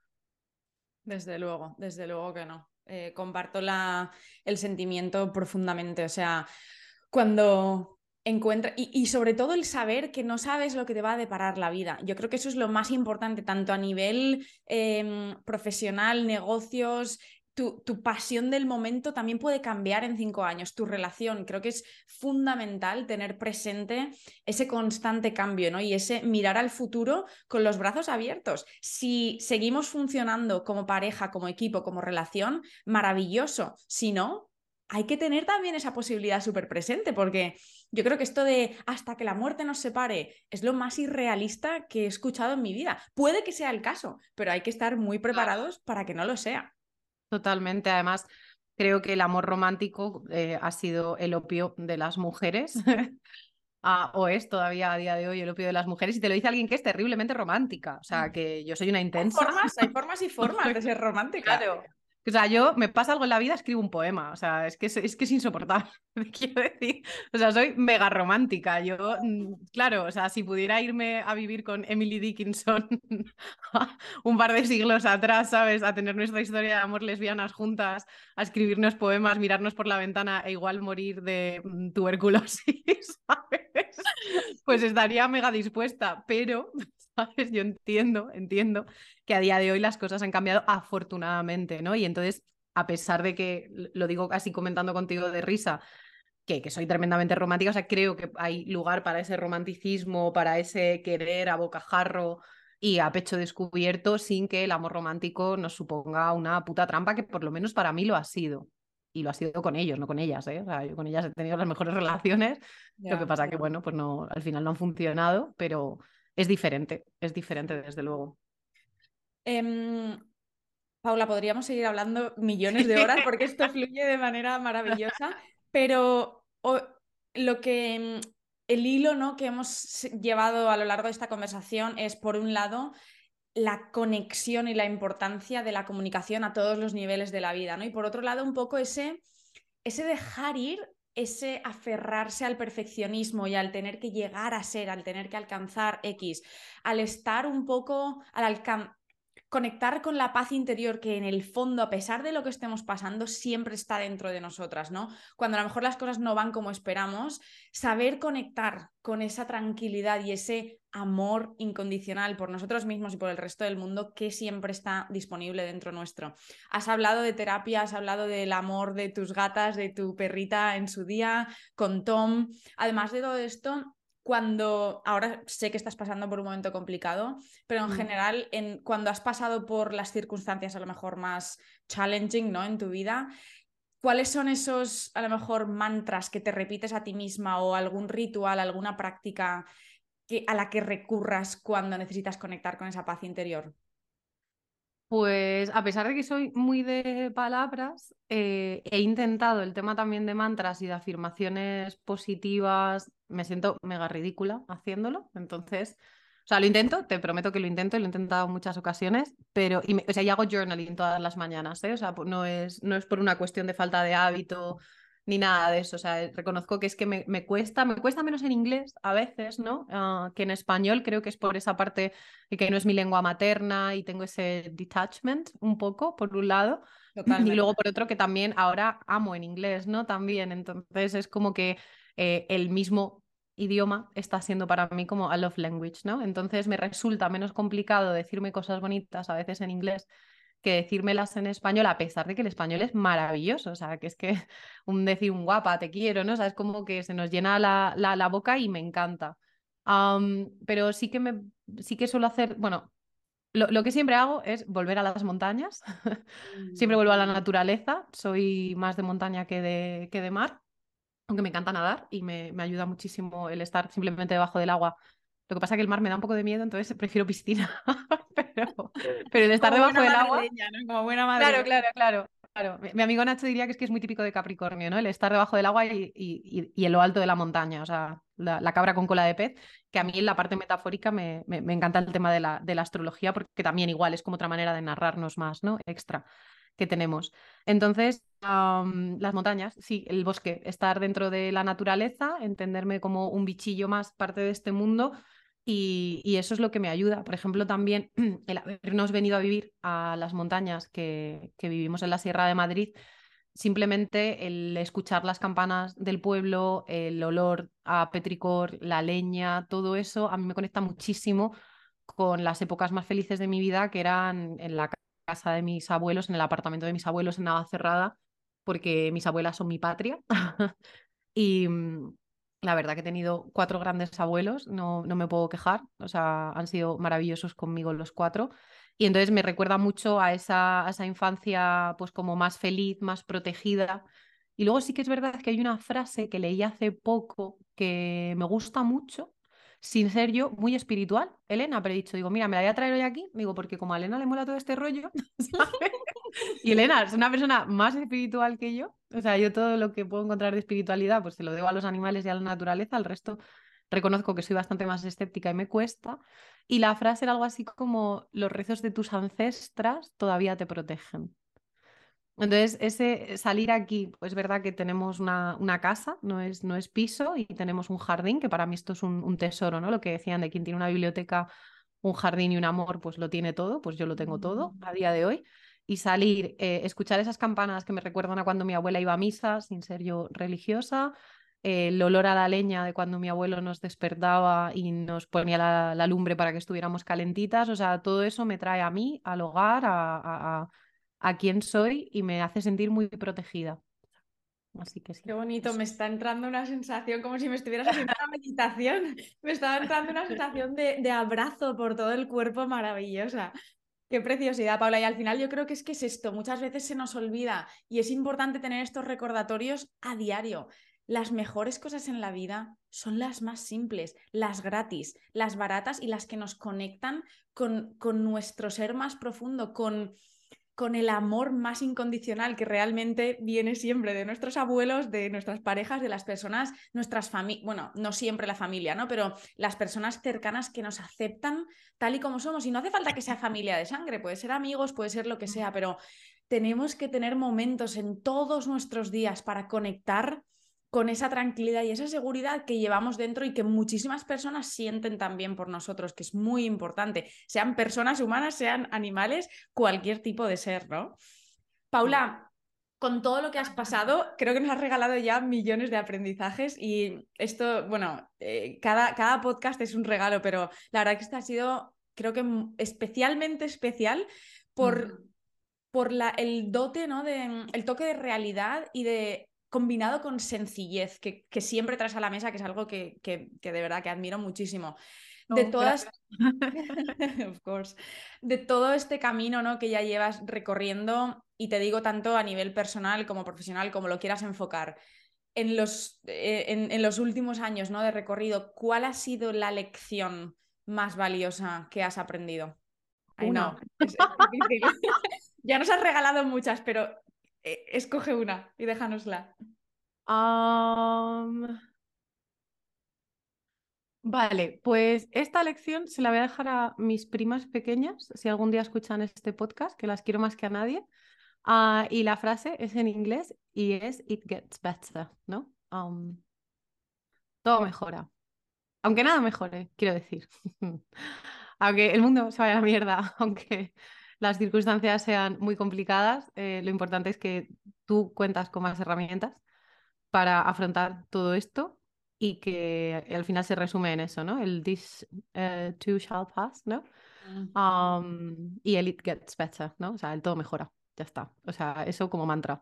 Desde luego que no. Comparto el sentimiento profundamente. O sea, cuando encuentra y sobre todo el saber que no sabes lo que te va a deparar la vida. Yo creo que eso es lo más importante, tanto a nivel profesional, negocios. Tu pasión del momento también puede cambiar en 5 años, tu relación. Creo que es fundamental tener presente ese constante cambio, ¿no? Y ese mirar al futuro con los brazos abiertos. Si seguimos funcionando como pareja, como equipo, como relación, maravilloso. Si no, hay que tener también esa posibilidad súper presente, porque yo creo que esto de hasta que la muerte nos separe es lo más irrealista que he escuchado en mi vida. Puede que sea el caso, pero hay que estar muy preparados para que no lo sea. Totalmente. Además, creo que el amor romántico ha sido el opio de las mujeres. O es todavía a día de hoy el opio de las mujeres, y te lo dice alguien que es terriblemente romántica. O sea, que yo soy una intensa. Hay formas y formas de ser romántica. Claro. O sea, yo me pasa algo en la vida, escribo un poema. O sea, es que es insoportable, te quiero decir. O sea, soy mega romántica. Yo, claro, o sea, si pudiera irme a vivir con Emily Dickinson un par de siglos atrás, ¿sabes? A tener nuestra historia de amor lesbianas juntas, a escribirnos poemas, mirarnos por la ventana e igual morir de tuberculosis, ¿sabes? Pues estaría mega dispuesta, pero, ¿sabes? Yo entiendo que a día de hoy las cosas han cambiado afortunadamente, ¿no? Y entonces, a pesar de que, lo digo así comentando contigo de risa, que soy tremendamente romántica, o sea, creo que hay lugar para ese romanticismo, para ese querer a bocajarro y a pecho descubierto sin que el amor romántico nos suponga una puta trampa, que por lo menos para mí lo ha sido. Y lo ha sido con ellos, no con ellas, ¿eh? O sea, yo con ellas he tenido las mejores relaciones, lo que Ya. pasa que, bueno, pues no, al final no han funcionado, pero es diferente desde luego. Em, Paula, podríamos seguir hablando millones de horas porque esto fluye de manera maravillosa, pero lo que el hilo, ¿no?, que hemos llevado a lo largo de esta conversación es, por un lado, la conexión y la importancia de la comunicación a todos los niveles de la vida, ¿no? Y por otro lado, un poco ese dejar ir, ese aferrarse al perfeccionismo y al tener que llegar a ser, al tener que alcanzar X, al estar un poco, conectar con la paz interior que en el fondo, a pesar de lo que estemos pasando, siempre está dentro de nosotras, ¿no? Cuando a lo mejor las cosas no van como esperamos, saber conectar con esa tranquilidad y ese amor incondicional por nosotros mismos y por el resto del mundo que siempre está disponible dentro nuestro. Has hablado de terapia, has hablado del amor de tus gatas, de tu perrita en su día, con Tom. Además de todo esto, cuando ahora sé que estás pasando por un momento complicado, pero en general, cuando has pasado por las circunstancias a lo mejor más challenging, ¿no?, en tu vida, ¿cuáles son esos, a lo mejor, mantras que te repites a ti misma o algún ritual, alguna práctica a la que recurras cuando necesitas conectar con esa paz interior? Pues a pesar de que soy muy de palabras, he intentado el tema también de mantras y de afirmaciones positivas. Me siento mega ridícula haciéndolo. Entonces, o sea, lo intento, te prometo que lo intento, y lo he intentado en muchas ocasiones, pero, o sea, y hago journaling todas las mañanas, ¿eh? O sea, no es por una cuestión de falta de hábito ni nada de eso. O sea, reconozco que es que me cuesta menos en inglés a veces, ¿no? Que en español. Creo que es por esa parte y que no es mi lengua materna y tengo ese detachment un poco, por un lado, y Totalmente. luego por otro que también ahora amo en inglés, ¿no? También, entonces es como que el mismo idioma está siendo para mí como a love language, ¿no? Entonces me resulta menos complicado decirme cosas bonitas a veces en inglés que decírmelas en español, a pesar de que el español es maravilloso. O sea, que es que decir un guapa, te quiero, ¿no? O sea, es como que se nos llena la boca y me encanta. Pero sí que suelo hacer, bueno, lo que siempre hago es volver a las montañas. Siempre vuelvo a la naturaleza. Soy más de montaña que de mar, aunque me encanta nadar y me ayuda muchísimo el estar simplemente debajo del agua. Lo que pasa es que el mar me da un poco de miedo, entonces prefiero piscina. Pero el estar Como debajo buena del agua. madrileña, ¿no? Como buena Claro, madrileña. claro, claro. Claro, mi amigo Nacho diría que es muy típico de Capricornio, ¿no? El estar debajo del agua y en lo alto de la montaña, o sea, la cabra con cola de pez, que a mí en la parte metafórica me encanta el tema de la astrología, porque también igual es como otra manera de narrarnos más, ¿no? Extra que tenemos. Entonces, las montañas, sí, el bosque, estar dentro de la naturaleza, entenderme como un bichillo más parte de este mundo. Y eso es lo que me ayuda. Por ejemplo, también el habernos venido a vivir a las montañas que vivimos en la Sierra de Madrid, simplemente el escuchar las campanas del pueblo, el olor a petricor, la leña, todo eso, a mí me conecta muchísimo con las épocas más felices de mi vida, que eran en la casa de mis abuelos, en el apartamento de mis abuelos en Navacerrada, porque mis abuelas son mi patria. Y la verdad que he tenido 4 grandes abuelos, no me puedo quejar, o sea, han sido maravillosos conmigo los 4. Y entonces me recuerda mucho a esa infancia, pues como más feliz, más protegida, Y luego sí que es verdad que hay una frase que leí hace poco que me gusta mucho, sin ser yo muy espiritual, Elena, pero he dicho, digo, mira, me la voy a traer hoy aquí, digo, porque como a Elena le mola todo este rollo, ¿sabes? Y Elena es una persona más espiritual que yo, o sea, yo todo lo que puedo encontrar de espiritualidad, pues se lo debo a los animales y a la naturaleza, al resto reconozco que soy bastante más escéptica y me cuesta. Y la frase era algo así como, los rezos de tus ancestras todavía te protegen. Entonces, ese salir aquí, pues es verdad que tenemos una casa, no es piso, y tenemos un jardín, que para mí esto es un tesoro, ¿no? Lo que decían de quien tiene una biblioteca, un jardín y un amor, pues lo tiene todo, pues yo lo tengo todo a día de hoy. Y salir, escuchar esas campanas que me recuerdan a cuando mi abuela iba a misa, sin ser yo religiosa, el olor a la leña de cuando mi abuelo nos despertaba y nos ponía la lumbre para que estuviéramos calentitas, o sea, todo eso me trae a mí, al hogar, a quién soy y me hace sentir muy protegida. Así que sí. Qué bonito, Eso. me está entrando una sensación como si me estuvieras haciendo una meditación. Me estaba entrando una sensación de abrazo por todo el cuerpo maravillosa. Qué preciosidad, Paula. Y al final yo creo que es esto. Muchas veces se nos olvida y es importante tener estos recordatorios a diario. Las mejores cosas en la vida son las más simples, las gratis, las baratas y las que nos conectan con nuestro ser más profundo, con el amor más incondicional que realmente viene siempre de nuestros abuelos, de nuestras parejas, de las personas, nuestras familias, bueno, no siempre la familia, ¿no? Pero las personas cercanas que nos aceptan tal y como somos. Y no hace falta que sea familia de sangre, puede ser amigos, puede ser lo que sea, pero tenemos que tener momentos en todos nuestros días para conectar con esa tranquilidad y esa seguridad que llevamos dentro y que muchísimas personas sienten también por nosotros, que es muy importante, sean personas humanas, sean animales, cualquier tipo de ser, ¿no? Paula, con todo lo que has pasado, creo que nos has regalado ya millones de aprendizajes y esto, bueno, cada podcast es un regalo, pero la verdad que este ha sido, creo que especialmente especial por, el dote, ¿no? El toque de realidad y de combinado con sencillez que siempre traes a la mesa, que es algo que de verdad que admiro muchísimo. De No, todas, gracias. of course, de todo este camino, ¿no? que ya llevas recorriendo, y te digo tanto a nivel personal como profesional, como lo quieras enfocar, en los últimos años, ¿no? de recorrido, ¿cuál ha sido la lección más valiosa que has aprendido? I know, Una. es difícil. Ya nos has regalado muchas, pero escoge una y déjanosla. Am, vale, pues esta lección se la voy a dejar a mis primas pequeñas, si algún día escuchan este podcast, que las quiero más que a nadie. Y la frase es en inglés y es It gets better, ¿no? Todo mejora. Aunque nada mejore, quiero decir. Aunque el mundo se vaya a la mierda, aunque las circunstancias sean muy complicadas, lo importante es que tú cuentas con más herramientas para afrontar todo esto y que al final se resume en eso, ¿no? El this too shall pass, ¿no? Mm, Y el it gets better, ¿no? O sea, el todo mejora, ya está. O sea, eso como mantra.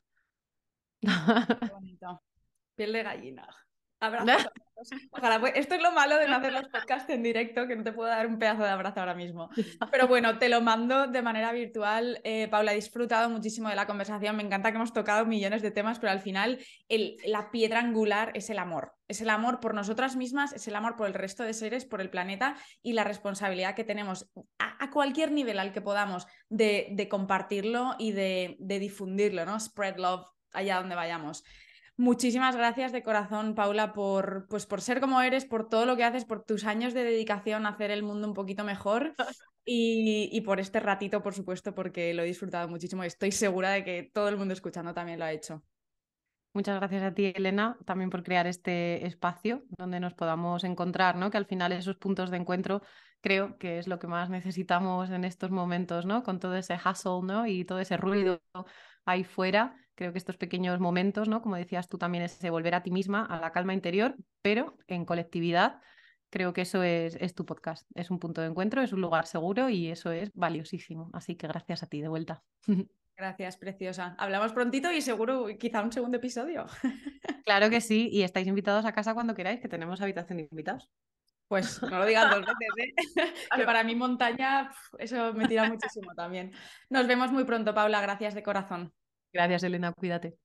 qué bonito. Piel de gallina. Abrazos, abrazos. Ojalá, pues, esto es lo malo de no hacer los podcasts en directo, que no te puedo dar un pedazo de abrazo ahora mismo. Pero bueno, te lo mando de manera virtual. Paula, he disfrutado muchísimo de la conversación. Me encanta que hemos tocado millones de temas, pero al final la piedra angular es el amor. Es el amor por nosotras mismas, es el amor por el resto de seres, por el planeta y la responsabilidad que tenemos a cualquier nivel al que podamos de compartirlo y de difundirlo, ¿no? Spread love allá donde vayamos. Muchísimas gracias de corazón, Paula, por ser como eres, por todo lo que haces, por tus años de dedicación a hacer el mundo un poquito mejor y por este ratito, por supuesto, porque lo he disfrutado muchísimo y estoy segura de que todo el mundo escuchando también lo ha hecho. Muchas gracias a ti, Elena, también por crear este espacio donde nos podamos encontrar, ¿no? Que al final esos puntos de encuentro creo que es lo que más necesitamos en estos momentos, ¿no? Con todo ese hustle, ¿no? Y todo ese ruido ahí fuera. Creo que estos pequeños momentos, ¿no? Como decías tú también, es ese volver a ti misma, a la calma interior, pero en colectividad. Creo que eso es tu podcast. Es un punto de encuentro, es un lugar seguro y eso es valiosísimo. Así que gracias a ti de vuelta. Gracias, preciosa. Hablamos prontito y seguro quizá un segundo episodio. Claro que sí, y estáis invitados a casa cuando queráis, que tenemos habitación de invitados. Pues no lo digas dos veces, ¿eh? Que Claro. para mí montaña, eso me tira muchísimo también. Nos vemos muy pronto, Paula. Gracias de corazón. Gracias, Elena, cuídate.